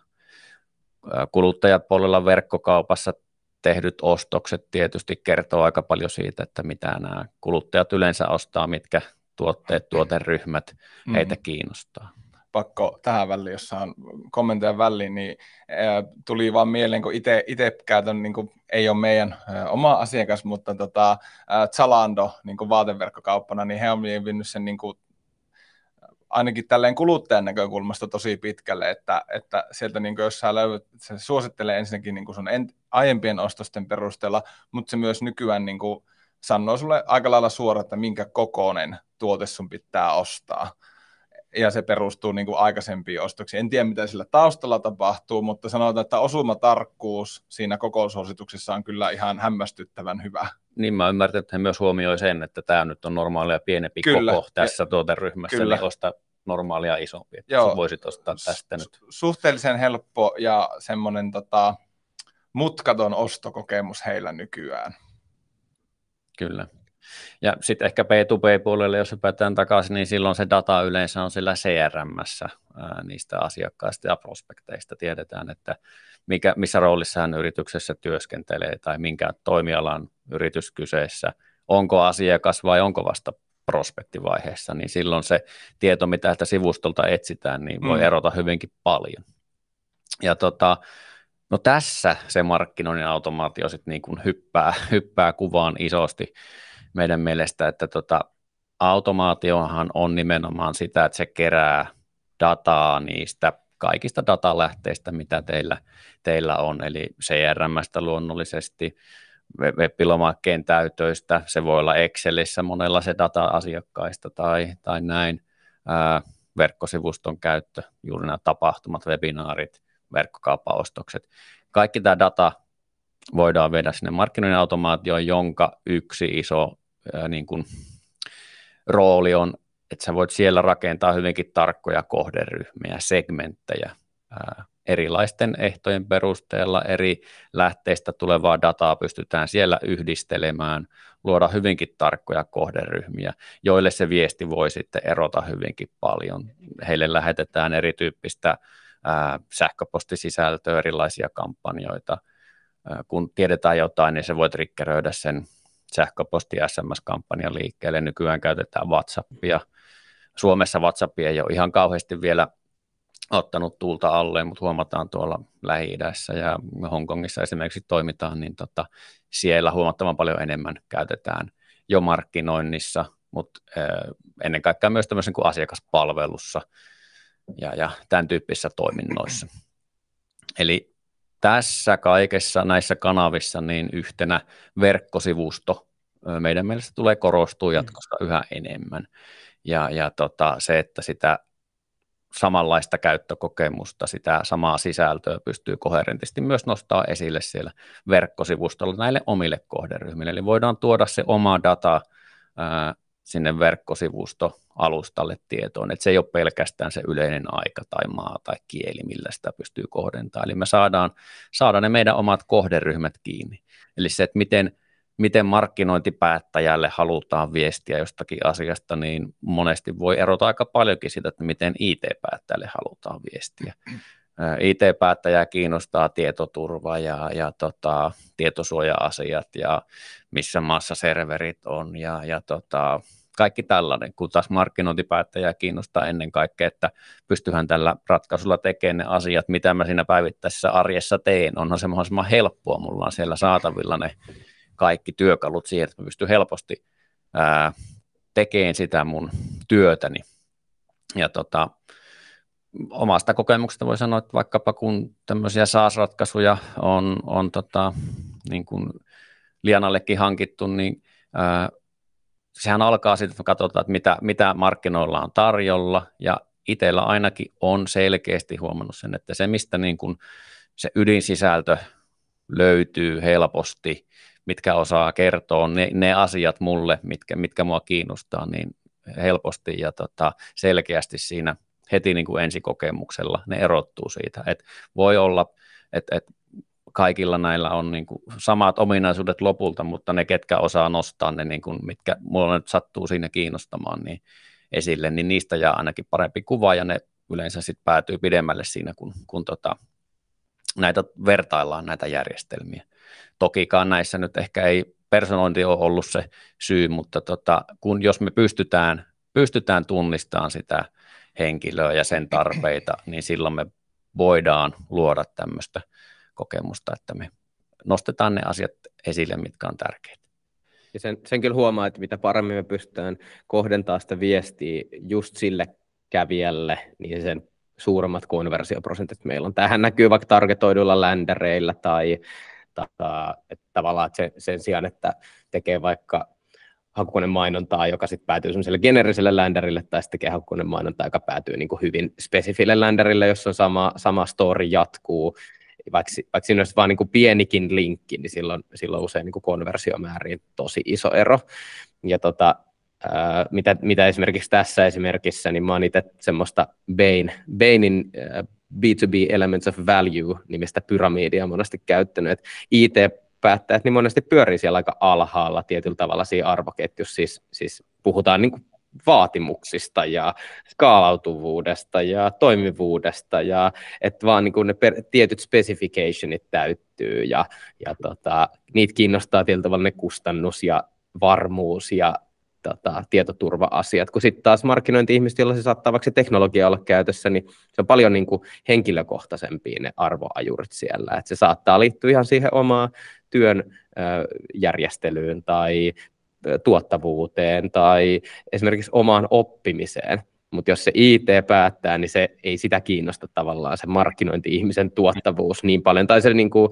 Ää, kuluttajapuolella verkkokaupassa tehdyt ostokset tietysti kertoo aika paljon siitä, että mitä nämä kuluttajat yleensä ostaa, mitkä tuotteet, tuoteryhmät heitä mm. kiinnostaa. Pakko tähän väliin, jos saan kommentoida väliin, niin ää, tuli vaan mieleen, kun itse käytän, niin kuin, ei ole meidän ää, oma asiakas, mutta tota, ää, Zalando niin kuin vaateverkkokauppana, niin he on vienyt sen niin kuin, ainakin tälleen kuluttajan näkökulmasta tosi pitkälle, että, että sieltä niin kuin, jos sä löydät, se suosittelee ensinnäkin niin kuin sun en, aiempien ostosten perusteella, mutta se myös nykyään niin kuin, sanoo sulle aika lailla suoraan, että minkä kokoinen tuote sun pitää ostaa. Ja se perustuu niin kuin aikaisempiin ostoksiin. En tiedä, mitä sillä taustalla tapahtuu, mutta sanotaan, että osumatarkkuus siinä koko suosituksessa on kyllä ihan hämmästyttävän hyvä. Niin mä ymmärrän, että he myös huomioi sen, että tämä nyt on normaalia pienempi kyllä. koko tässä tuoteryhmässä, kyllä. Niin osta normaalia isompi. Joo. Voisit ostaa tästä nyt. Suhteellisen helppo ja semmoinen tota, mutkaton ostokokemus heillä nykyään. Kyllä. Ja sitten ehkä B to B-puolelle, jos hypätään takaisin, niin silloin se data yleensä on sillä C R M:ssä ää, niistä asiakkaista ja prospekteista. Tiedetään, että mikä, missä roolissa hän yrityksessä työskentelee tai minkä toimialan yritys kyseessä, onko asiakas vai onko vasta prospektivaiheessa, niin silloin se tieto, mitä tästä sivustolta etsitään, niin voi mm. erota hyvinkin paljon. Ja tota, no tässä se markkinoinnin automaatio sitten niin kuin hyppää, hyppää kuvaan isosti meidän mielestä, että tota, automaatiohan on nimenomaan sitä, että se kerää dataa niistä kaikista datalähteistä, mitä teillä, teillä on, eli C R M:stä luonnollisesti, web-lomakkeen täytöistä, se voi olla Excelissä monella se data asiakkaista tai, tai näin, ää, verkkosivuston käyttö, juuri nämä tapahtumat, webinaarit, verkkokauppaostokset, kaikki tämä data voidaan viedä sinne markkinoinnin automaatioon, jonka yksi iso ää, niin kuin, rooli on, että sä voit siellä rakentaa hyvinkin tarkkoja kohderyhmiä, segmenttejä, ää, erilaisten ehtojen perusteella eri lähteistä tulevaa dataa pystytään siellä yhdistelemään, luoda hyvinkin tarkkoja kohderyhmiä, joille se viesti voi sitten erota hyvinkin paljon. Heille lähetetään erityyppistä ää, sähköpostisisältöä, erilaisia kampanjoita. Ää, kun tiedetään jotain, niin se voi triggeröidä sen sähköposti- ja S M S-kampanjan liikkeelle. Nykyään käytetään WhatsAppia. Suomessa WhatsApp ei ole ihan kauheasti vielä ottanut tuulta alle, mutta huomataan tuolla Lähi-idässä ja Hongkongissa esimerkiksi toimitaan, niin tota, siellä huomattavan paljon enemmän käytetään jo markkinoinnissa, mutta äh, ennen kaikkea myös tämmöisen kuin asiakaspalvelussa ja, ja tämän tyyppisissä toiminnoissa. Eli tässä kaikessa näissä kanavissa niin yhtenä verkkosivusto meidän mielestä tulee korostua jatkossa yhä enemmän. Ja, ja tota, se, että sitä samanlaista käyttökokemusta, sitä samaa sisältöä pystyy koherentisti myös nostaa esille siellä verkkosivustolla näille omille kohderyhmille. Eli voidaan tuoda se oma data ää, sinne verkkosivustoalustalle tietoon, että se ei ole pelkästään se yleinen aika tai maa tai kieli, millä sitä pystyy kohdentamaan. Eli me saadaan, saadaan ne meidän omat kohderyhmät kiinni. Eli se, että miten miten markkinointipäättäjälle halutaan viestiä jostakin asiasta, niin monesti voi erota aika paljonkin siitä, että miten I T-päättäjälle halutaan viestiä. I T-päättäjää kiinnostaa tietoturva ja, ja tota, tietosuoja-asiat ja missä maassa serverit on ja, ja tota, kaikki tällainen, kun taas markkinointipäättäjää kiinnostaa ennen kaikkea, että pystyhän tällä ratkaisulla tekemään ne asiat, mitä mä siinä päivittäisessä arjessa teen. Onhan se mahdollisimman helppoa, mulla on siellä saatavilla ne kaikki työkalut siihen, että mä pystyn helposti ää, tekemään sitä mun työtäni. Ja tota, omasta kokemuksesta voi sanoa, että vaikkapa kun tämmöisiä SaaS-ratkaisuja on, on tota, niin kuin Lianallekin hankittu, niin ää, sehän alkaa siitä, että me katsotaan, että mitä, mitä markkinoilla on tarjolla, ja itsellä ainakin on selkeästi huomannut sen, että se, mistä niin kuin se ydinsisältö löytyy helposti, mitkä osaa kertoa ne, ne asiat mulle, mitkä, mitkä mua kiinnostaa, niin helposti ja tota, selkeästi siinä heti niin kuin ensikokemuksella ne erottuu siitä. Et voi olla, että et kaikilla näillä on niin kuin samat ominaisuudet lopulta, mutta ne, ketkä osaa nostaa ne, niin kuin, mitkä mulla nyt sattuu siinä kiinnostamaan niin esille, niin niistä jää ainakin parempi kuva, ja ne yleensä sitten päätyy pidemmälle siinä, kun, kun tota, näitä vertaillaan näitä järjestelmiä. Tokikaan näissä nyt ehkä ei personointi ole ollut se syy, mutta tota, kun jos me pystytään, pystytään tunnistamaan sitä henkilöä ja sen tarpeita, niin silloin me voidaan luoda tämmöistä kokemusta, että me nostetaan ne asiat esille, mitkä on tärkeitä. Ja sen, sen kyllä huomaa, että mitä paremmin me pystytään kohdentamaan sitä viestiä just sille kävijälle, niin sen suuremmat konversioprosentit meillä on. Tämähän näkyy vaikka targetoiduilla ländereillä tai Tata, että tavallaan että sen, sen sijaan, että tekee vaikka hakukonemainontaa, joka sitten päätyy semmoiselle generiselle länderille, tai sitten tekee hakukonemainontaa, joka päätyy niin kuin hyvin spesifille länderille, jossa on sama, sama story jatkuu, vaikka, vaikka siinä olisi vaan niin kuin pienikin linkki, niin silloin, silloin usein niin kuin konversiomääriin tosi iso ero. Ja tota, ää, mitä, mitä esimerkiksi tässä esimerkissä, niin mä oon itse semmoista Bain, Bainin ää, B two B Elements of Value-nimistä pyramidia monesti käyttänyt, että I T-päättäjät niin monesti pyörii siellä aika alhaalla tietyllä tavalla siinä arvoketjussa, siis, siis puhutaan niin kuin vaatimuksista ja skaalautuvuudesta ja toimivuudesta, ja että vaan niin kuin ne per, tietyt specificationit täyttyy, ja, ja tota, niitä kiinnostaa tietyllä tavalla ne kustannus ja varmuus ja Tota, tietoturva-asiat, kun sitten taas markkinointi-ihmiset, joilla se saattaa vaikka se teknologia olla käytössä, niin se on paljon niin kuin henkilökohtaisempia ne arvoajurit siellä, että se saattaa liittyä ihan siihen omaan työn ö, järjestelyyn tai ö, tuottavuuteen tai esimerkiksi omaan oppimiseen, mutta jos se I T päättää, niin se ei sitä kiinnosta tavallaan se markkinointi-ihmisen tuottavuus niin paljon, tai se niin kuin,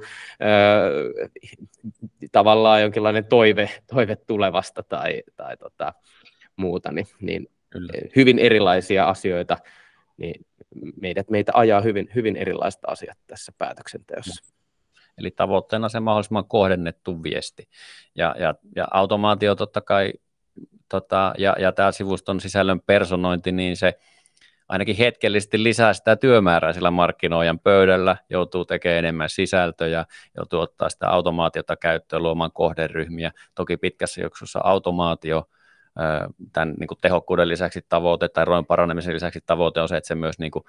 ö, tavallaan jonkinlainen toive, toive tulevasta tai, tai tota, muuta, niin, niin hyvin erilaisia asioita, niin meidät, meitä ajaa hyvin, hyvin erilaiset asiat tässä päätöksenteossa. Eli tavoitteena se mahdollisimman kohdennettu viesti, ja, ja, ja automaatio totta kai, Tota, ja, ja tämä sivuston sisällön personointi, niin se ainakin hetkellisesti lisää sitä työmäärää sillä markkinoijan pöydällä, joutuu tekemään enemmän sisältöjä, joutuu ottaa sitä automaatiota käyttöön, luomaan kohderyhmiä. Toki pitkässä juoksussa automaatio, tämän niin kuin tehokkuuden lisäksi tavoite tai roin paranemisen lisäksi tavoite on se, että se myös niin kuin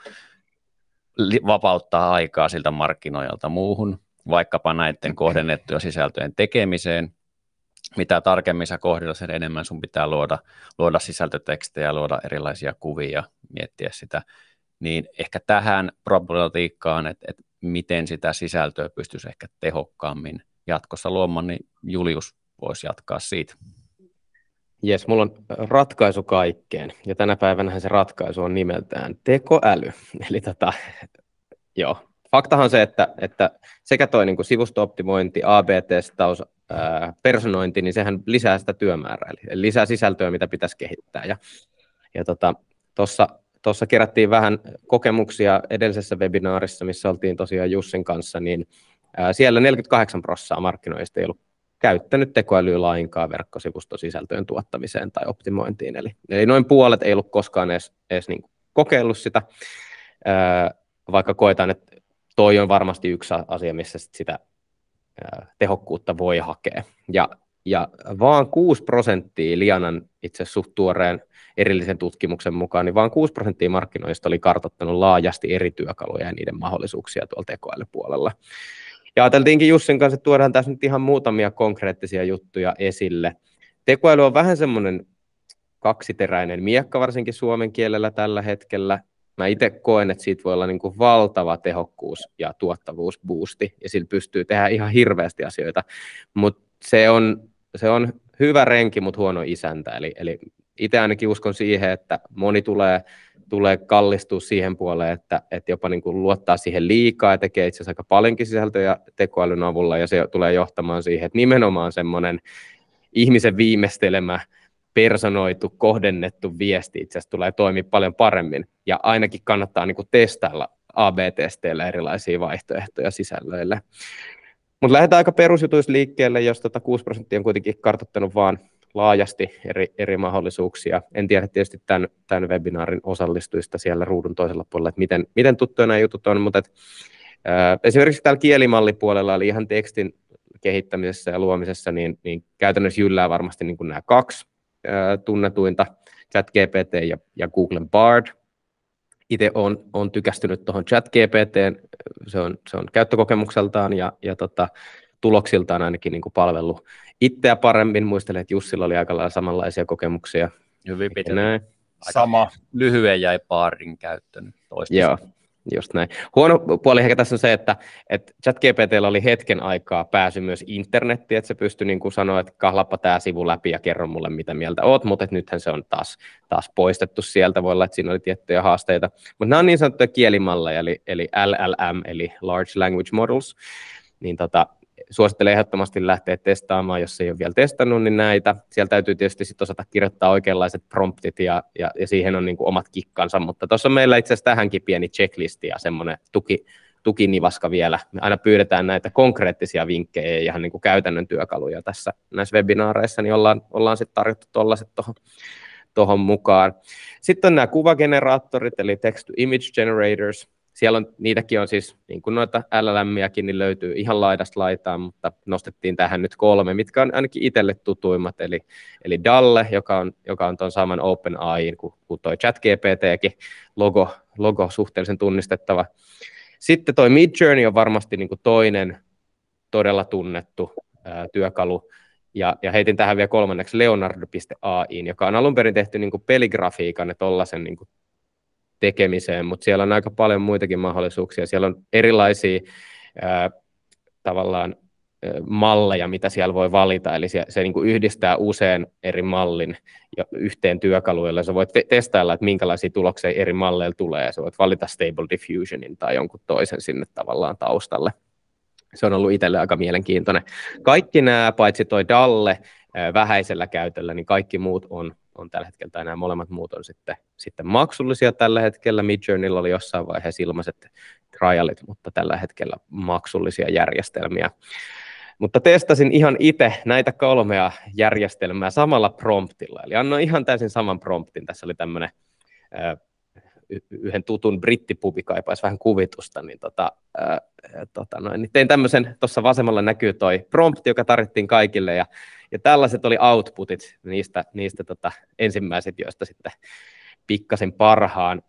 vapauttaa aikaa siltä markkinoijalta muuhun, vaikkapa näiden kohdennettujen sisältöjen tekemiseen. Mitä tarkemmin sä kohdellat, sen enemmän sun pitää luoda, luoda sisältötekstejä, luoda erilaisia kuvia, miettiä sitä, niin ehkä tähän problematiikkaan, että, että miten sitä sisältöä pystyisi ehkä tehokkaammin jatkossa luomaan, niin Julius voisi jatkaa siitä. Jes, mulla on ratkaisu kaikkeen, ja tänä päivänä se ratkaisu on nimeltään tekoäly, eli tota, joo. Faktahan on se, että, että sekä tuo niin kuin sivusto-optimointi, A B-testaus, ää, personointi, niin sehän lisää sitä työmäärää, eli lisää sisältöä, mitä pitäisi kehittää. Ja, ja tuossa tota, kerättiin vähän kokemuksia edellisessä webinaarissa, missä oltiin tosiaan Jussin kanssa, niin ää, siellä neljäkymmentäkahdeksan prosenttia markkinoista ei ollut käyttänyt tekoälyä lainkaan verkkosivustosisältöjen tuottamiseen tai optimointiin. Eli, eli noin puolet ei ollut koskaan edes, edes niin kuin kokeillut sitä, ää, vaikka koetaan, että toi on varmasti yksi asia, missä sitä tehokkuutta voi hakea. Ja, ja vaan kuusi prosenttia Lianan itse suht tuoreen erillisen tutkimuksen mukaan, niin vaan kuusi prosenttia markkinoista oli kartoittanut laajasti eri työkaluja ja niiden mahdollisuuksia tuolla tekoälypuolella. Ja ajateltiinkin Jussin kanssa, että tuodaan tässä nyt ihan muutamia konkreettisia juttuja esille. Tekoäly on vähän semmoinen kaksiteräinen miekka varsinkin suomen kielellä tällä hetkellä. Mä itse koen, että siitä voi olla niin kuin valtava tehokkuus- ja tuottavuusboosti, ja sillä pystyy tehdä ihan hirveästi asioita, mutta se on, se on hyvä renki, mutta huono isäntä, eli, eli itse ainakin uskon siihen, että moni tulee, tulee kallistua siihen puoleen, että, että jopa niin kuin luottaa siihen liikaa ja tekee itse asiassa aika paljonkin sisältöjä tekoälyn avulla, ja se tulee johtamaan siihen, että nimenomaan semmoinen ihmisen viimeistelemä, personoitu, kohdennettu viesti itse asiassa tulee toimia paljon paremmin, ja ainakin kannattaa niin kuin testailla A B-testeillä erilaisia vaihtoehtoja sisällöille. Mutta lähdetään aika perusjutuissa liikkeelle, jos tota kuusi prosenttia on kuitenkin kartoittanut vaan laajasti eri, eri mahdollisuuksia. En tiedä tietysti tämän, tämän webinaarin osallistujista siellä ruudun toisella puolella, että miten, miten tuttuja nämä jutut on, mutta et, ää, esimerkiksi täällä kielimallipuolella, eli ihan tekstin kehittämisessä ja luomisessa, niin, niin käytännössä jyllää varmasti niin kuin nämä kaksi ää, tunnetuinta, ChatGPT ja, ja Googlen Bard. Itse olen, olen tykästynyt tuohon ChatGPT:n, se on, se on käyttökokemukseltaan ja, ja tota, tuloksiltaan ainakin niin kuin palvellut itseä paremmin. Muistelen, että Jussilla oli aika lailla samanlaisia kokemuksia. Hyvin pitää. Sama. Lyhyen jäi Bardin käyttöön toistaiseksi. Joo, just näin. Huono puoli ehkä tässä on se, että, että ChatGPT:llä oli hetken aikaa pääsy myös internettiin, että se pystyi niin kuin sanoa, että kahlappa tämä sivu läpi ja kerro mulle, mitä mieltä oot, mutta nythän se on taas, taas poistettu sieltä, voi olla, että siinä oli tiettyjä haasteita. Mutta nämä on niin sanottuja kielimalleja, eli, eli L L M, eli Large Language Models, niin tota, suosittelen ehdottomasti lähteä testaamaan, jos ei ole vielä testannut, niin näitä. Siellä täytyy tietysti sit osata kirjoittaa oikeanlaiset promptit, ja, ja, ja siihen on niin kuin omat kikkansa, mutta tuossa on meillä itse asiassa tähänkin pieni checklisti ja semmoinen tuki, tukinivaska vielä. Me aina pyydetään näitä konkreettisia vinkkejä ja ihan niin kuin käytännön työkaluja tässä näissä webinaareissa, niin ollaan, ollaan sitten tarjottu tuollaiset tuohon tuohon mukaan. Sitten on nämä kuvageneraattorit, eli text to image generators. Siellä on, niitäkin on siis, niin kuin noita L L M:iäkin, niin löytyy ihan laidasta laitaan, mutta nostettiin tähän nyt kolme, mitkä on ainakin itselle tutuimmat, eli, eli Dalle, joka on, joka on tuon saman OpenAIin kuin, kuin toi ChatGPTkin, logo, logo suhteellisen tunnistettava. Sitten toi Midjourney on varmasti niin kuin toinen todella tunnettu ää, työkalu, ja, ja heitin tähän vielä kolmanneksi Leonardo piste A I, joka on alun perin tehty niin kuin peligrafiikan ja tollaisen niin kuin tekemiseen, mutta siellä on aika paljon muitakin mahdollisuuksia. Siellä on erilaisia ää, tavallaan ää, malleja, mitä siellä voi valita, eli se, se niin kuin yhdistää usein eri mallin ja yhteen työkaluille. Sä voit te- testailla, että minkälaisia tuloksia eri malleilla tulee. Sä voit valita Stable Diffusionin tai jonkun toisen sinne tavallaan taustalle. Se on ollut itselle aika mielenkiintoinen. Kaikki nämä, paitsi toi Dalle ää, vähäisellä käytöllä, niin kaikki muut on on tällä hetkellä, tai nämä molemmat muut on sitten, sitten maksullisia tällä hetkellä. Midjourneylla oli jossain vaiheessa ilmaiset trialit, mutta tällä hetkellä maksullisia järjestelmiä. Mutta testasin ihan itse näitä kolmea järjestelmää samalla promptilla, eli annoin ihan täysin saman promptin. Tässä oli tämmöinen äh, yhden tutun brittipubi kaipaisi vähän kuvitusta, niin, tota, äh, tota noin, niin tein tämmöisen, tuossa vasemmalla näkyy toi prompti, joka tarvittiin kaikille, ja Ja tällaiset oli outputit, niistä, niistä tota, ensimmäiset, joista sitten pikkasin parhaan.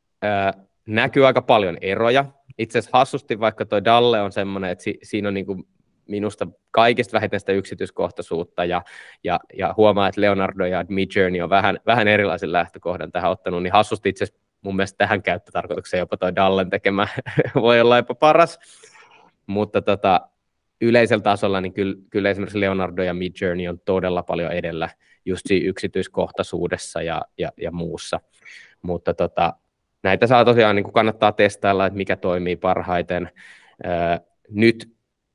Öö, näkyy aika paljon eroja. Itse asiassa hassusti, vaikka tuo Dalle on semmoinen, että si, siinä on niinku minusta kaikista vähiten sitä yksityiskohtaisuutta, ja, ja, ja huomaa, että Leonardo ja Midjourney on vähän, vähän erilaisen lähtökohdan tähän ottanut, niin hassusti itse asiassa mun mielestä tähän käyttötarkoitukseen jopa tuo Dallen tekemä voi olla jopa paras, mutta tota, yleisellä tasolla niin kyllä, kyllä esimerkiksi Leonardo ja Midjourney on todella paljon edellä just siinä yksityiskohtaisuudessa ja, ja, ja muussa, mutta tota, näitä saa tosiaan niin kuin kannattaa testailla, että mikä toimii parhaiten. Ää, nyt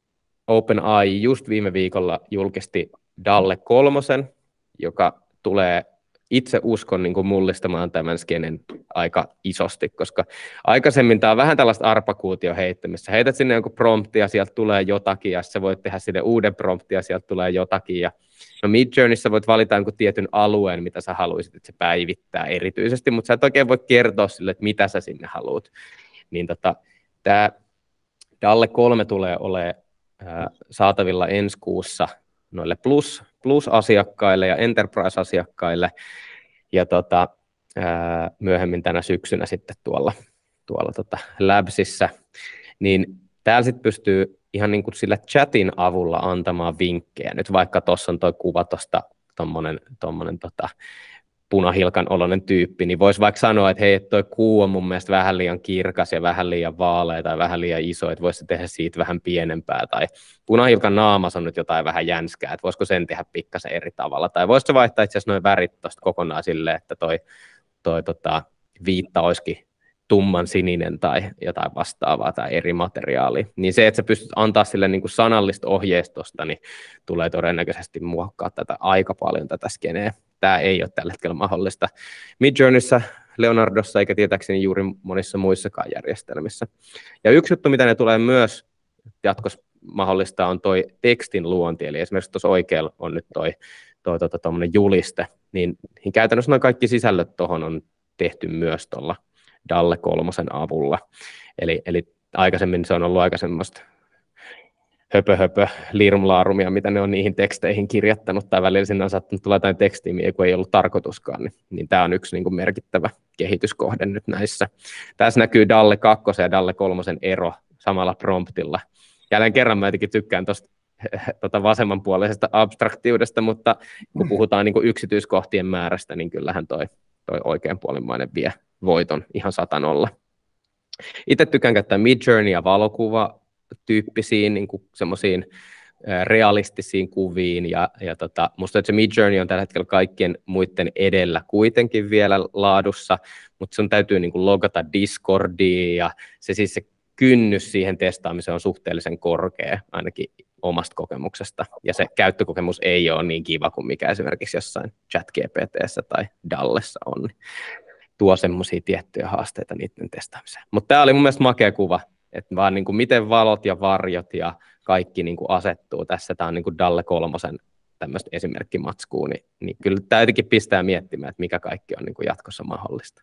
OpenAI just viime viikolla julkisti Dalle kolmosen, joka tulee itse uskon niin kuin mullistamaan tämän skenen aika isosti, koska aikaisemmin tämä on vähän tällaista arpakuution heittämistä. Heität sinne jonkun promptin ja sieltä tulee jotakin, ja sitten voit tehdä sinne uuden promptin ja sieltä tulee jotakin. Ja no Midjourneyssä voit valita jonkun tietyn alueen, mitä sä haluaisit, että se päivittää erityisesti, mutta sä et oikein voi kertoa sille, että mitä sä sinne haluat. Niin tota, tämä Dalle kolme tulee olemaan äh, saatavilla ensi kuussa noille plus, plus-asiakkaille ja enterprise-asiakkaille, ja tota, ää, myöhemmin tänä syksynä sitten tuolla, tuolla tota Labsissa, niin täällä sitten pystyy ihan niin kuin sillä chatin avulla antamaan vinkkejä. Nyt vaikka tuossa on tuo kuva tuosta tuommoinen tommonen tota punahilkan oloinen tyyppi, niin voisi vaikka sanoa, että hei, toi kuu on mun mielestä vähän liian kirkas ja vähän liian vaalea tai vähän liian iso, että voisi tehdä siitä vähän pienempää, tai punahilkan naamas on nyt jotain vähän jänskää, että voisiko sen tehdä pikkasen eri tavalla, tai voisiko vaihtaa itse asiassa noin värit tuosta kokonaan silleen, että toi, toi tota, viitta olisikin tumman sininen tai jotain vastaavaa tai eri materiaalia, niin se, että sä pystyt antaa sille niin kuin sanallista ohjeistosta, niin tulee todennäköisesti muokkaa tätä aika paljon tätä skeneä. Tämä ei ole tällä hetkellä mahdollista Midjourneyssä, Leonardossa eikä tietääkseni juuri monissa muissakaan järjestelmissä. Ja yksi juttu, mitä ne tulee myös jatkossa mahdollista, on toi tekstin luonti, eli esimerkiksi tuossa oikealla on nyt toi, toi, toi, toi juliste, niin, niin käytännössä noin kaikki sisällöt tuohon on tehty myös tuolla DALL-E kolmosen avulla. Eli, eli aikaisemmin se on ollut aika semmoista höpö, höpö, lirmlaarumia, mitä ne on niihin teksteihin kirjattanut, tai välillä sinne on saattanut tulla jotain tekstiä, kun ei ollut tarkoituskaan, niin, niin tämä on yksi niin kuin merkittävä kehityskohde nyt näissä. Tässä näkyy DALL-E kaksi ja DALL-E kolme ero samalla promptilla. Jälleen kerran mä jotenkin tykkään tuosta tota vasemmanpuoleisesta abstraktiudesta, mutta kun puhutaan niin kuin yksityiskohtien määrästä, niin kyllähän toi, toi oikeanpuolimmainen vie voiton ihan satanolla. Itse tykkään käyttää Midjourney ja valokuva-tyyppisiin niin semmoisiin realistisiin kuviin, ja, ja tota, musta että se Midjourney on tällä hetkellä kaikkien muiden edellä kuitenkin vielä laadussa, mutta sun täytyy niin kuin logata Discordiin, ja se siis se kynnys siihen testaamiseen on suhteellisen korkea, ainakin omasta kokemuksesta, ja se käyttökokemus ei ole niin kiva kuin mikä esimerkiksi jossain ChatGPT:ssä tai DALLessa on. Tuo semmoisia tiettyjä haasteita niiden testaamiseen. Mutta tämä oli mun mielestä makea kuva, että vaan niin kuin miten valot ja varjot ja kaikki niin kuin asettuu tässä. Tämä on niin kuin DALL-E kolmosen tämmöistä esimerkkimatskua, niin, niin kyllä tämä jotenkin pistää miettimään, että mikä kaikki on niin kuin jatkossa mahdollista.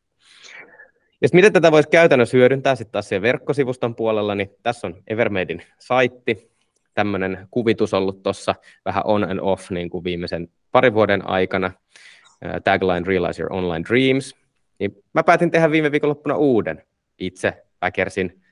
Ja miten tätä voisi käytännössä hyödyntää sitten taas siellä verkkosivuston puolella, niin tässä on Evermaden saitti, tämmöinen kuvitus ollut tuossa vähän on and off niin kuin viimeisen parin vuoden aikana, tagline Realize Your Online Dreams. Niin mä päätin tehdä viime viikonloppuna uuden itse väkersin.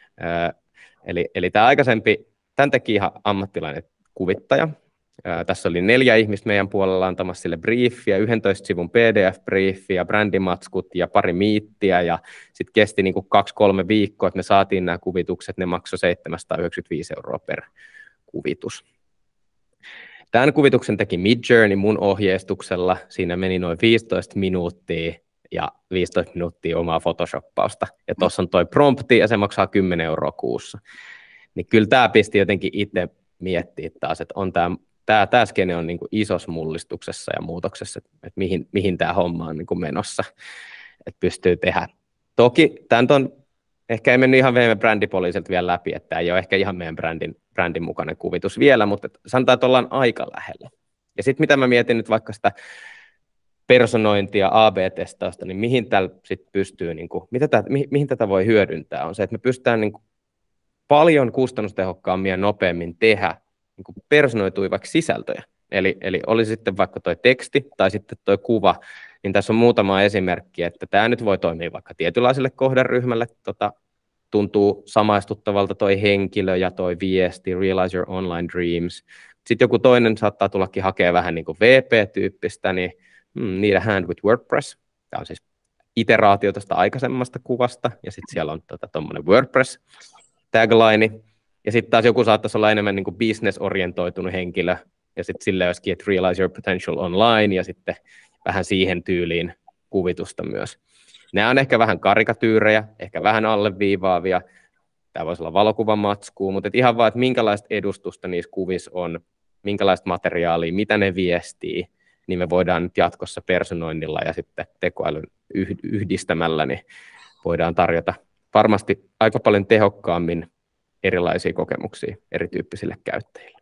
Eli, eli tämä aikaisempi, tämän teki ihan ammattilainen kuvittaja. Tässä oli neljä ihmistä meidän puolella antamassa sille briefiä, yhdentoista sivun P D F-briefiä, brändimatskut ja pari miittiä, ja sitten kesti niin kuin kaksi kolme viikkoa, että me saatiin nämä kuvitukset, ne maksoi seitsemänsataayhdeksänkymmentäviisi euroa per kuvitus. Tämän kuvituksen teki Midjourney mun ohjeistuksella, siinä meni noin viisitoista minuuttia, ja viisitoista minuuttia omaa photoshoppausta. Ja tuossa on toi prompti, ja se maksaa kymmenen euroa kuussa. Niin kyllä tämä pisti jotenkin itse miettiä taas, että on tämä, tämä, tämä skene on niin kuin isossa mullistuksessa ja muutoksessa, että mihin, mihin tämä homma on niin kuin menossa, että pystyy tehdä. Toki tämä on, ehkä ei mennyt ihan meidän brändipoliisilta vielä läpi, että tämä ei ole ehkä ihan meidän brändin, brändin mukainen kuvitus vielä, mutta sanotaan, että ollaan aika lähellä. Ja sitten mitä mä mietin nyt vaikka sitä personointia, A B-testausta, niin mihin tällä sit pystyy, niin kuin, mitä tätä, mihin, mihin tätä voi hyödyntää, on se, että me pystytään niin kuin paljon kustannustehokkaammin ja nopeammin tehdä niin kuin personoituja vaikka sisältöjä. Eli, eli oli sitten vaikka tuo teksti tai sitten tuo kuva, niin tässä on muutama esimerkki, että tämä nyt voi toimia vaikka tietynlaiselle kohderyhmälle, tota, tuntuu samaistuttavalta toi henkilö ja toi viesti, Realize Your Online Dreams. Sitten joku toinen saattaa tullakin hakea vähän niin kuin V P-tyyppistä, niin Hmm, need a hand with WordPress. Tämä on siis iteraatio tuosta aikaisemmasta kuvasta, ja sitten siellä on tuommoinen tota, WordPress-tagline, ja sitten taas joku saattaisi olla enemmän niin kuin business-orientoitunut henkilö, ja sitten sille olisikin, että Realize Your Potential Online, ja sitten vähän siihen tyyliin kuvitusta myös. Nämä on ehkä vähän karikatyyrejä, ehkä vähän alleviivaavia, tämä voisi olla valokuvamatskua, mutta et ihan vaan, että minkälaista edustusta niissä kuvissa on, minkälaista materiaalia, mitä ne viestii, niin me voidaan nyt jatkossa personoinnilla ja sitten tekoälyn yhdistämällä, niin voidaan tarjota varmasti aika paljon tehokkaammin erilaisia kokemuksia erityyppisille käyttäjille.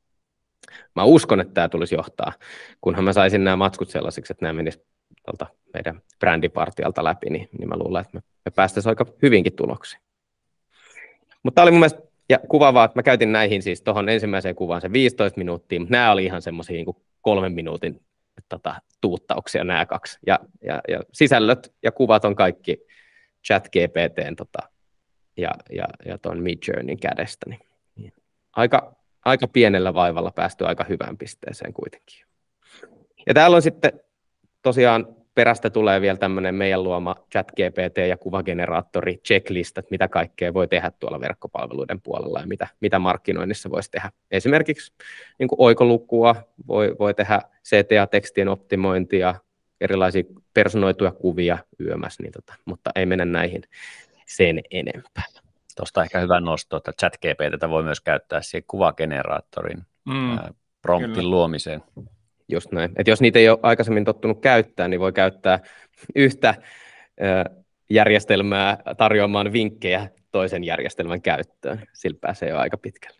Mä uskon, että tämä tulisi johtaa, kunhan mä saisin nämä matskut sellaisiksi, että nämä menisivät tuolta meidän brändipartialta läpi, niin, niin mä luulen, että me, me päästäisiin aika hyvinkin tuloksiin. Mutta tämä oli mun mielestä ja kuvaavaa, että mä käytin näihin siis tuohon ensimmäiseen kuvaan se viisitoista minuuttia, mutta nämä oli ihan semmoisia niin kuin kolmen minuutin tota, tuuttauksia nämä kaksi. Ja, ja, ja sisällöt ja kuvat on kaikki ChatGPT:n tota, ja, ja, ja tuon Midjourneyn kädestä. Niin aika, aika pienellä vaivalla päästy aika hyvään pisteeseen kuitenkin. Ja täällä on sitten tosiaan perästä tulee vielä tämmöinen meidän luoma ChatGPT ja kuvageneraattori checklistat, mitä kaikkea voi tehdä tuolla verkkopalveluiden puolella ja mitä, mitä markkinoinnissa voisi tehdä. Esimerkiksi niin kuin oikolukua, voi, voi tehdä C T A-tekstien optimointia, erilaisia personoituja kuvia yömässä, niin tota, mutta ei mennä näihin sen enempää. Tuosta ehkä hyvä nosto, että ChatGPT:tä voi myös käyttää siihen kuvageneraattorin mm, ää, promptin kyllä. luomiseen. Just näin. Et jos niitä ei ole aikaisemmin tottunut käyttää, niin voi käyttää yhtä ö, järjestelmää tarjoamaan vinkkejä toisen järjestelmän käyttöön. Sillä pääsee jo aika pitkälle.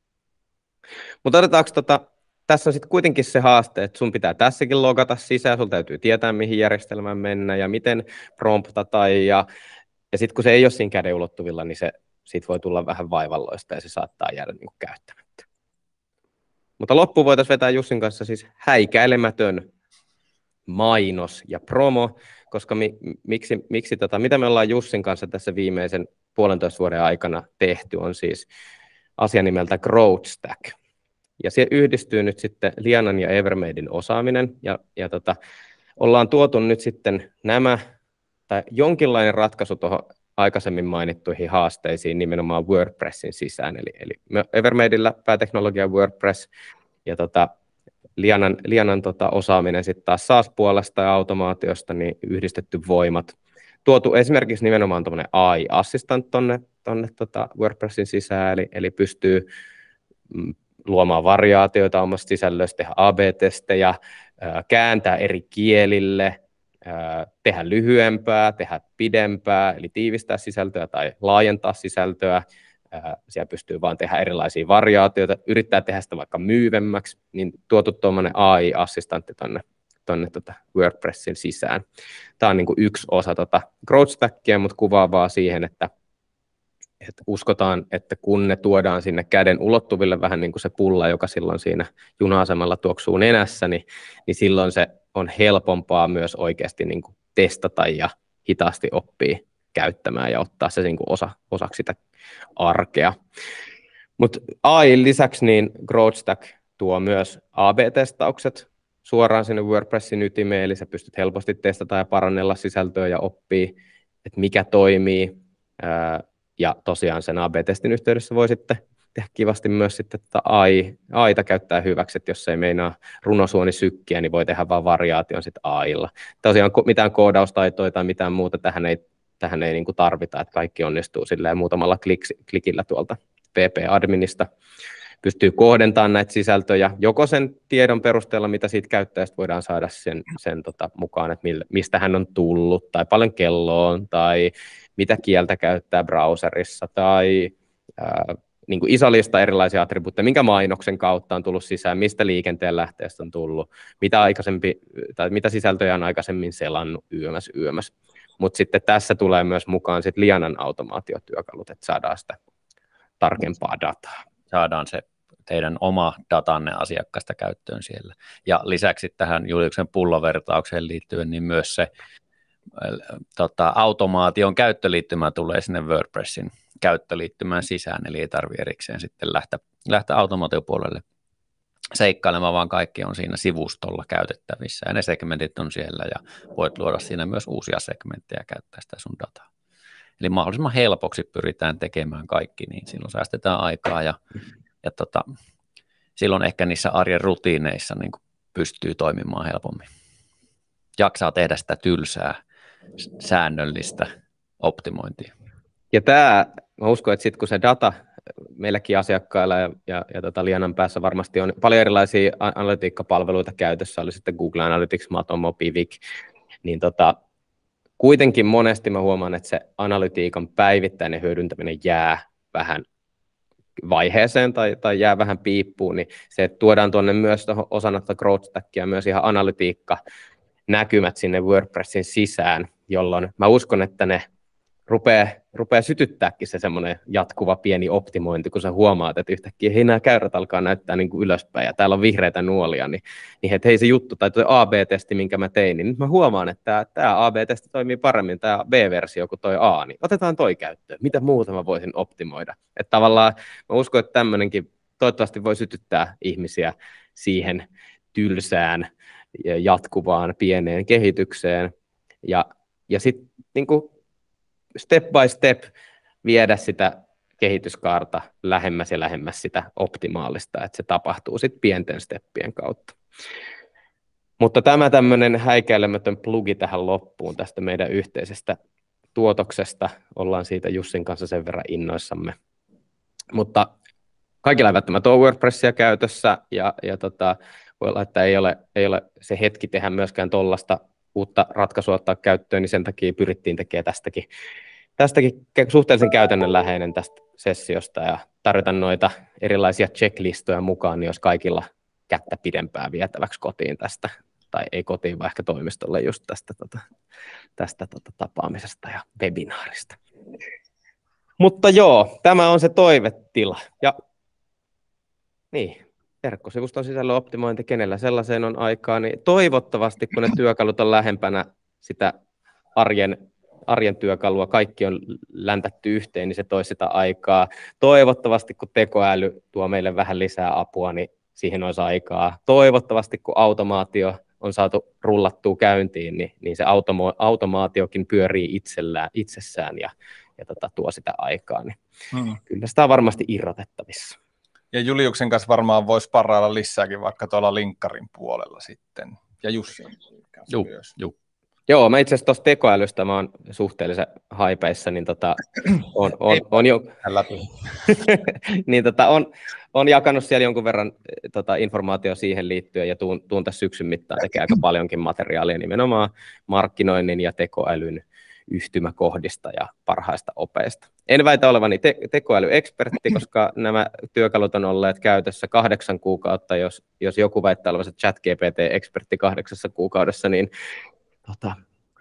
Mutta otetaanko tota, tässä on sitten kuitenkin se haaste, että sun pitää tässäkin logata sisään, sun täytyy tietää, mihin järjestelmään mennä ja miten promptata. Ja, ja sitten kun se ei ole siinä käden ulottuvilla, niin se siitä voi tulla vähän vaivalloista ja se saattaa jäädä niin kuin käyttämättä. Mutta loppuun voitaisiin vetää Jussin kanssa siis häikäilemätön mainos ja promo, koska mi, miksi, miksi tota, mitä me ollaan Jussin kanssa tässä viimeisen puolentoista vuoden aikana tehty, on siis asia nimeltä Growth Stack. Ja siihen yhdistyy nyt sitten Lianan ja Evermaden osaaminen, ja, ja tota, ollaan tuotu nyt sitten nämä, tai jonkinlainen ratkaisu tuohon aikaisemmin mainittuihin haasteisiin nimenomaan WordPressin sisään, eli, eli Evermadella pääteknologia WordPress, ja tota, Lianan, Lianan tota osaaminen sitten taas SaaS-puolesta ja automaatiosta, niin yhdistetty voimat. Tuotu esimerkiksi nimenomaan tuommoinen A I-assistant tuonne tonne tota WordPressin sisään, eli, eli pystyy mm, luomaan variaatioita omasta sisällöstä, tehdä A B-testejä, kääntää eri kielille, tehdä lyhyempää, tehdä pidempää, eli tiivistää sisältöä tai laajentaa sisältöä. Siellä pystyy vaan tehdä erilaisia variaatioita, yrittää tehdä sitä vaikka myyvemmäksi, niin tuotu tuommoinen A I-assistantti tuonne tuonne tota WordPressin sisään. Tämä on niin kuin yksi osa tota Growth Stackia, mutta kuvaavaa siihen, että, että uskotaan, että kun ne tuodaan sinne käden ulottuville vähän niin kuin se pulla, joka silloin siinä juna-asemalla tuoksuu nenässä, niin, niin silloin se on helpompaa myös oikeasti niin kuin testata ja hitaasti oppii käyttämään ja ottaa se niin kuin osa, osaksi sitä arkea. Mutta A I lisäksi niin Growth Stack tuo myös A B-testaukset suoraan sinne WordPressin ytimeen, eli sä pystyt helposti testata ja parannella sisältöä ja oppii, että mikä toimii. Ja tosiaan sen A B-testin yhteydessä voi sitten tehdä kivasti myös sitten tätä A I, A I:ta käyttää hyväksi, että jos ei meinaa runosuoni sykkiä, niin voi tehdä vaan variaation sitten A I:lla. Tosiaan mitään koodaustaitoja tai mitään muuta tähän ei, tähän ei niin kuin tarvita, että kaikki onnistuu silleen muutamalla klik, klikillä tuolta P P-administa. Pystyy kohdentamaan näitä sisältöjä, joko sen tiedon perusteella, mitä siitä käyttäjästä voidaan saada sen, sen tota, mukaan, että millä, mistä hän on tullut, tai paljon kelloa on, tai mitä kieltä käyttää browserissa, tai ää, niin kuin iso lista erilaisia attribuutteja, minkä mainoksen kautta on tullut sisään, mistä liikenteen lähteestä on tullut, mitä, aikaisempi, tai mitä sisältöjä on aikaisemmin selannut yömäs yömäs. Mutta sitten tässä tulee myös mukaan sit Lianan automaatiotyökalut, että saadaan sitä tarkempaa dataa. Saadaan se teidän oma datanne asiakkaasta käyttöön siellä. Ja lisäksi tähän Juliuksen pullovertaukseen liittyen, niin myös se äh, tota, automaation käyttöliittymä tulee sinne WordPressin käyttöliittymään sisään, eli ei tarvitse erikseen sitten lähteä, lähteä automaatiopuolelle seikkailemaan, vaan kaikki on siinä sivustolla käytettävissä, ja ne segmentit on siellä, ja voit luoda siinä myös uusia segmenttejä ja käyttää sitä sun dataa. Eli mahdollisimman helpoksi pyritään tekemään kaikki, niin silloin säästetään aikaa ja, ja tota, silloin ehkä niissä arjen rutiineissa niin kuin pystyy toimimaan helpommin. Jaksaa tehdä sitä tylsää, säännöllistä optimointia. Ja tämä, mä uskon, että sitten kun se data meilläkin asiakkailla ja, ja, ja tota Lianan päässä varmasti on paljon erilaisia analytiikkapalveluita käytössä, oli sitten Google Analytics, Matomo, Pivik, niin tota, kuitenkin monesti mä huomaan, että se analytiikan päivittäinen hyödyntäminen jää vähän vaiheeseen tai, tai jää vähän piippuun, niin se, että tuodaan tuonne myös osana tuota Growth Stackia myös ihan analytiikka näkymät sinne WordPressin sisään, jolloin mä uskon, että ne rupeaa, rupeaa sytyttääkin se semmoinen jatkuva pieni optimointi, kun sä huomaat, että yhtäkkiä hei, nämä käyrät alkaa näyttää niin kuin ylöspäin ja täällä on vihreitä nuolia, niin, niin että hei se juttu tai tuo A B-testi, minkä mä tein, niin nyt mä huomaan, että tämä A B-testi toimii paremmin, tämä B-versio kuin toi A, niin otetaan toi käyttöön. Mitä muuta mä voisin optimoida? Että tavallaan mä uskon, että tämmöinenkin toivottavasti voi sytyttää ihmisiä siihen tylsään jatkuvaan pieneen kehitykseen ja, ja sitten niin step by step viedä sitä kehityskaarta lähemmäs ja lähemmäs sitä optimaalista, että se tapahtuu sitten pienten steppien kautta. Mutta tämä tämmöinen häikäilemätön plugi tähän loppuun tästä meidän yhteisestä tuotoksesta. Ollaan siitä Jussin kanssa sen verran innoissamme. Mutta kaikilla ei välttämättä ole WordPressia käytössä ja, ja tota, voi olla, että ei ole, ei ole se hetki tehdä myöskään tuollaista uutta ratkaisua ottaa käyttöön, niin sen takia pyrittiin tekemään tästäkin, tästäkin suhteellisen käytännönläheinen tästä sessiosta ja tarjota noita erilaisia checklistoja mukaan, niin jos kaikilla kättä pidempään vietäväksi kotiin tästä, tai ei kotiin, vaan ehkä toimistolle just tästä, tota, tästä tota, tapaamisesta ja webinaarista. Mutta joo, tämä on se toivetila. Ja niin, verkkosivuston sisällön optimointi, kenellä sellaiseen on aikaa, niin toivottavasti, kun ne työkalut on lähempänä sitä arjen, arjen työkalua, kaikki on läntätty yhteen, niin se toisi sitä aikaa. Toivottavasti, kun tekoäly tuo meille vähän lisää apua, niin siihen olisi aikaa. Toivottavasti, kun automaatio on saatu rullattua käyntiin, niin, niin se automa- automaatiokin pyörii itsellään, itsessään ja, ja tota, tuo sitä aikaa. Niin hmm. Kyllä sitä on varmasti irrotettavissa. Ja Juliuksen kanssa varmaan voisi parhailla lisääkin vaikka tuolla linkkarin puolella sitten. Ja Jussin kanssa Juh, myös. Juh. Joo, mä itse asiassa tuosta tekoälystä mä oon suhteellisen haipeissa, niin tota, on, on, on, jo... niin tota, on, on jakanut siellä jonkun verran tota, informaatiota siihen liittyen ja tuun, tuun tässä syksyn mittaan tekee aika paljonkin materiaalia nimenomaan markkinoinnin ja tekoälyn yhtymäkohdista ja parhaista opeista. En väitä olevani te- tekoälyekspertti, koska nämä työkalut on olleet käytössä kahdeksan kuukautta. Jos, jos joku väittää olevansa ChatGPT-ekspertti kahdeksassa kuukaudessa, niin tota,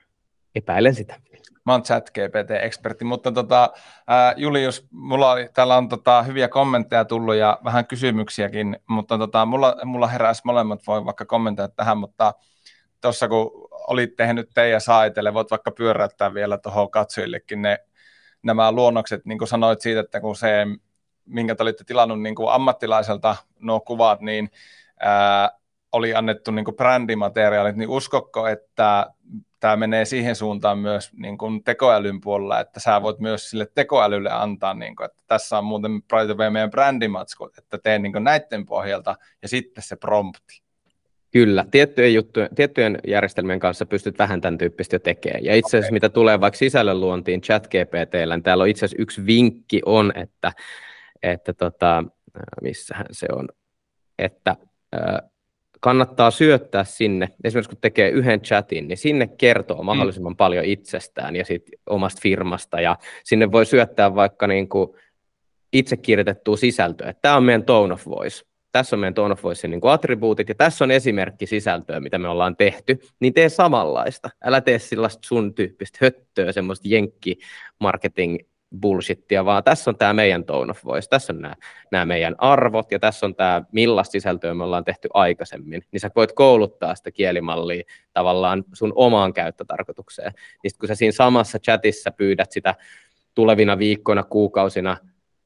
epäilen sitä. Mä oon ChatGPT-ekspertti, mutta tota, ää, Julius, mulla oli, täällä on tota, hyviä kommentteja tullut ja vähän kysymyksiäkin, mutta tota, mulla, mulla heräsi molemmat, voi vaikka kommentoida tähän, mutta tuossa kun olit tehnyt teidän saitelle, voit vaikka pyöräyttää vielä tuohon katsojillekin ne, nämä luonnokset, niin kuin sanoit siitä, että kun se, minkä te olitte tilannut niin kuin ammattilaiselta nuo kuvat, niin ää, oli annettu niin kuin brändimateriaalit, niin uskokko, että tämä menee siihen suuntaan myös niin kuin tekoälyn puolella, että sä voit myös sille tekoälylle antaa, niin kuin, että tässä on muuten meidän brändimatsku, että teen niin kuin näiden pohjalta ja sitten se prompti. Kyllä, tiettyjen, juttujen, tiettyjen järjestelmien kanssa pystyt vähän tämän tyyppistä jo tekemään. Ja itse asiassa okay. Mitä tulee vaikka sisällön luontiin ChatGPT:llä, niin täällä on itse asiassa yksi vinkki on, että, että tota, missähän se on, että äh, kannattaa syöttää sinne, esimerkiksi kun tekee yhden chatin, niin sinne kertoo mahdollisimman mm. paljon itsestään ja sit omasta firmasta, ja sinne voi syöttää vaikka niin kuin itse kirjoitettua sisältöä. Tämä on meidän tone of voice. Tässä on meidän tone of voicein niin kuin attribuutit, ja tässä on esimerkki sisältöä, mitä me ollaan tehty, niin tee samanlaista. Älä tee sellaista sun tyyppistä höttöä, semmoista jenkki-marketing bullshittia, vaan tässä on tämä meidän tone of voice, tässä on nämä, nämä meidän arvot, ja tässä on tämä, millaista sisältöä me ollaan tehty aikaisemmin, niin sä voit kouluttaa sitä kielimallia tavallaan sun omaan käyttötarkoitukseen. Niin kun sä siinä samassa chatissa pyydät sitä tulevina viikkoina, kuukausina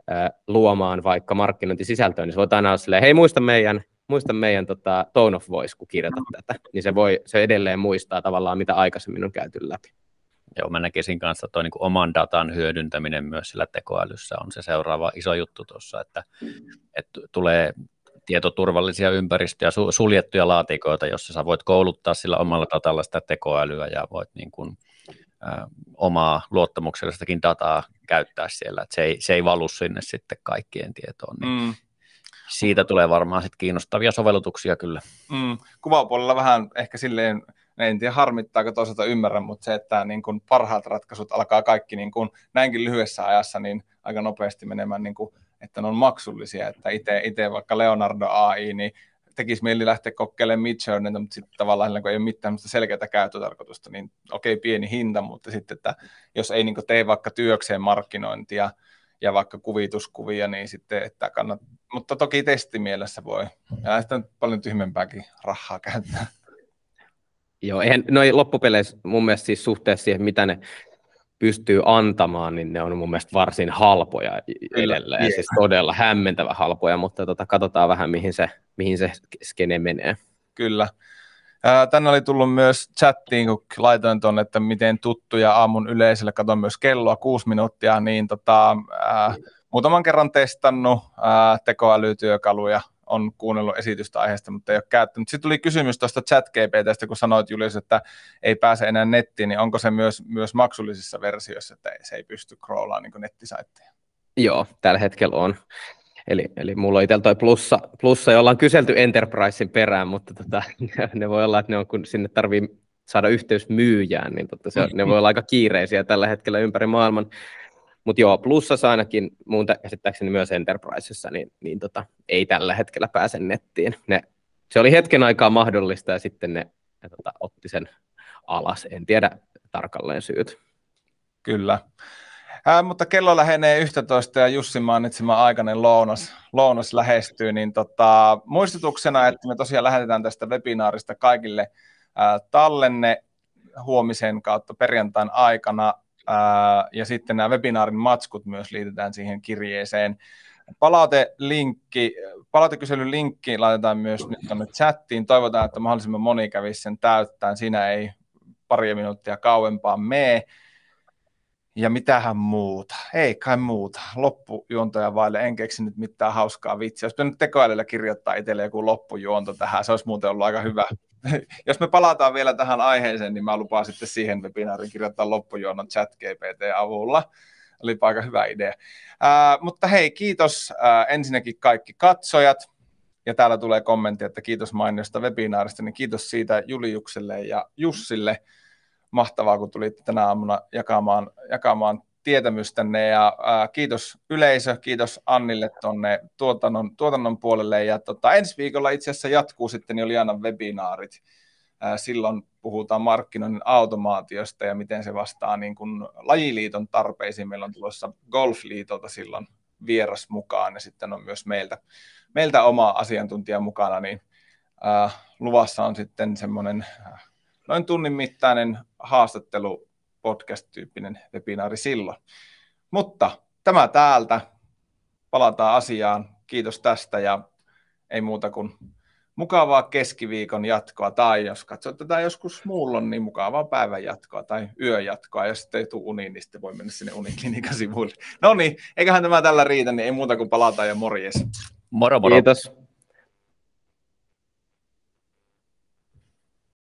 luomaan vaikka markkinointisisältöä, niin sä voit aina olla silleen, hei muista meidän, muista meidän tota, tone of voice, kun kirjoitat tätä, niin se, voi, se edelleen muistaa tavallaan, mitä aikaisemmin on käyty läpi. Joo, mä näkisin kanssa, että niin kuin oman datan hyödyntäminen myös sillä tekoälyssä on se seuraava iso juttu tuossa, että, että tulee tietoturvallisia ympäristöjä, suljettuja laatikoita, jossa sä voit kouluttaa sillä omalla datalla sitä tekoälyä ja voit niin kuin, ä, omaa luottamuksellistakin dataa käyttää siellä, että se ei, se ei valu sinne sitten kaikkien tietoon. Niin mm. Siitä tulee varmaan sitten kiinnostavia sovellutuksia kyllä. Mm. Kuvapuolella vähän ehkä silleen, en tiedä harmittaako toisaalta ymmärrän, mutta se, että niin kun parhaat ratkaisut alkaa kaikki niin kun näinkin lyhyessä ajassa niin aika nopeasti menemään, niin kun, että ne on maksullisia. Että itse vaikka Leonardo A I, niin tekisi mieli lähteä kokeilemaan Midjourneyta, mutta sitten tavallaan kun ei ole mitään selkeää käyttötarkoitusta, niin okei, pieni hinta, mutta sitten, että jos ei niin kun tee vaikka työkseen markkinointia ja vaikka kuvituskuvia, niin sitten, että kannattaa, mutta toki testimielessä voi. Ja sitä on paljon tyhmempääkin rahaa käyttää. Joo, eihän noi loppupeleissä mun mielestä siis suhteessa siihen, mitä ne pystyy antamaan, niin ne on mun mielestä varsin halpoja edelleen, yeah. Siis todella hämmentävä halpoja, mutta tota, katsotaan vähän, mihin se, mihin se skene menee. Kyllä. Tänne oli tullut myös chattiin, kun laitoin tuonne, että miten tuttuja aamun yleisölle, katson myös kelloa kuusi minuuttia, niin tota, ää, muutaman kerran testannut ää, tekoälytyökaluja, on kuunnellut esitystä aiheesta, mutta ei ole käyttänyt. Sitten tuli kysymys tuosta ChatGPT:stä, kun sanoit Julius, että ei pääse enää nettiin, niin onko se myös, myös maksullisissa versioissa, että se ei pysty crawlaamaan niin nettisaitteja? Joo, tällä hetkellä on. Eli, eli mulla on itsellä toi plussa, plussa, jolla on kyselty Enterprisein perään, mutta tota, ne voi olla, että ne on, kun sinne tarvii saada yhteys myyjään, niin tota, se, ne voi olla aika kiireisiä tällä hetkellä ympäri maailman. Mutta joo, plussassa ainakin, muun käsittääkseni myös Enterprisessa, niin, niin tota, ei tällä hetkellä pääse nettiin. Ne, se oli hetken aikaa mahdollista ja sitten ne, ne tota, otti sen alas. En tiedä tarkalleen syyt. Kyllä. Äh, mutta kello lähenee yksitoista ja Jussin mainitsema aikainen lounas, lounas lähestyy, niin tota, muistutuksena, että me tosiaan lähetetään tästä webinaarista kaikille äh, tallenne huomisen kautta perjantain aikana, äh, ja sitten nämä webinaarin matskut myös liitetään siihen kirjeeseen. Palautelinkki, palautekyselyn linkki laitetaan myös nyt tuonne chattiin. Toivotaan, että mahdollisimman moni kävisi sen täyttämään. Siinä ei pari minuuttia kauempaa mene. Ja mitähän muuta? Ei kai muuta. Loppujuontoja vaille. En keksinyt mitään hauskaa vitsiä. Jos pitänyt tekoälyllä kirjoittaa itselle joku loppujuonto tähän, se olisi muuten ollut aika hyvä. Jos me palataan vielä tähän aiheeseen, niin mä lupaan sitten siihen webinaariin kirjoittaa loppujuonnon ChatGPT-avulla. Olipa aika hyvä idea. Ää, mutta hei, kiitos ää, ensinnäkin kaikki katsojat. Ja täällä tulee kommentti, että kiitos mainiosta webinaarista, niin kiitos siitä Juliukselle ja Jussille. Mahtavaa, kun tulitte tänä aamuna jakamaan, jakamaan tietämystänne. Ja ää, kiitos yleisö, kiitos Annille tuonne tuotannon, tuotannon puolelle. Ja tota, ensi viikolla itse asiassa jatkuu sitten Julianan webinaarit. Ää, silloin puhutaan markkinoinnin automaatiosta ja miten se vastaa niin kuin lajiliiton tarpeisiin. Meillä on tulossa Golfliitolta silloin vieras mukaan ja sitten on myös meiltä, meiltä oma asiantuntija mukana. Niin, ää, luvassa on sitten semmoinen noin tunnin mittainen haastattelu, podcast-tyyppinen webinaari silloin. Mutta tämä täältä. Palataan asiaan. Kiitos tästä ja ei muuta kuin mukavaa keskiviikon jatkoa. Tai jos katsot tätä joskus muulla, niin mukavaa päivän jatkoa tai yön jatkoa. Ja jos ei tule uniin, niin sitten voi mennä sinne Uniklinikan sivuille. No niin, eiköhän tämä tällä riitä, niin ei muuta kuin palataan ja morjes. Moro moro. Kiitos.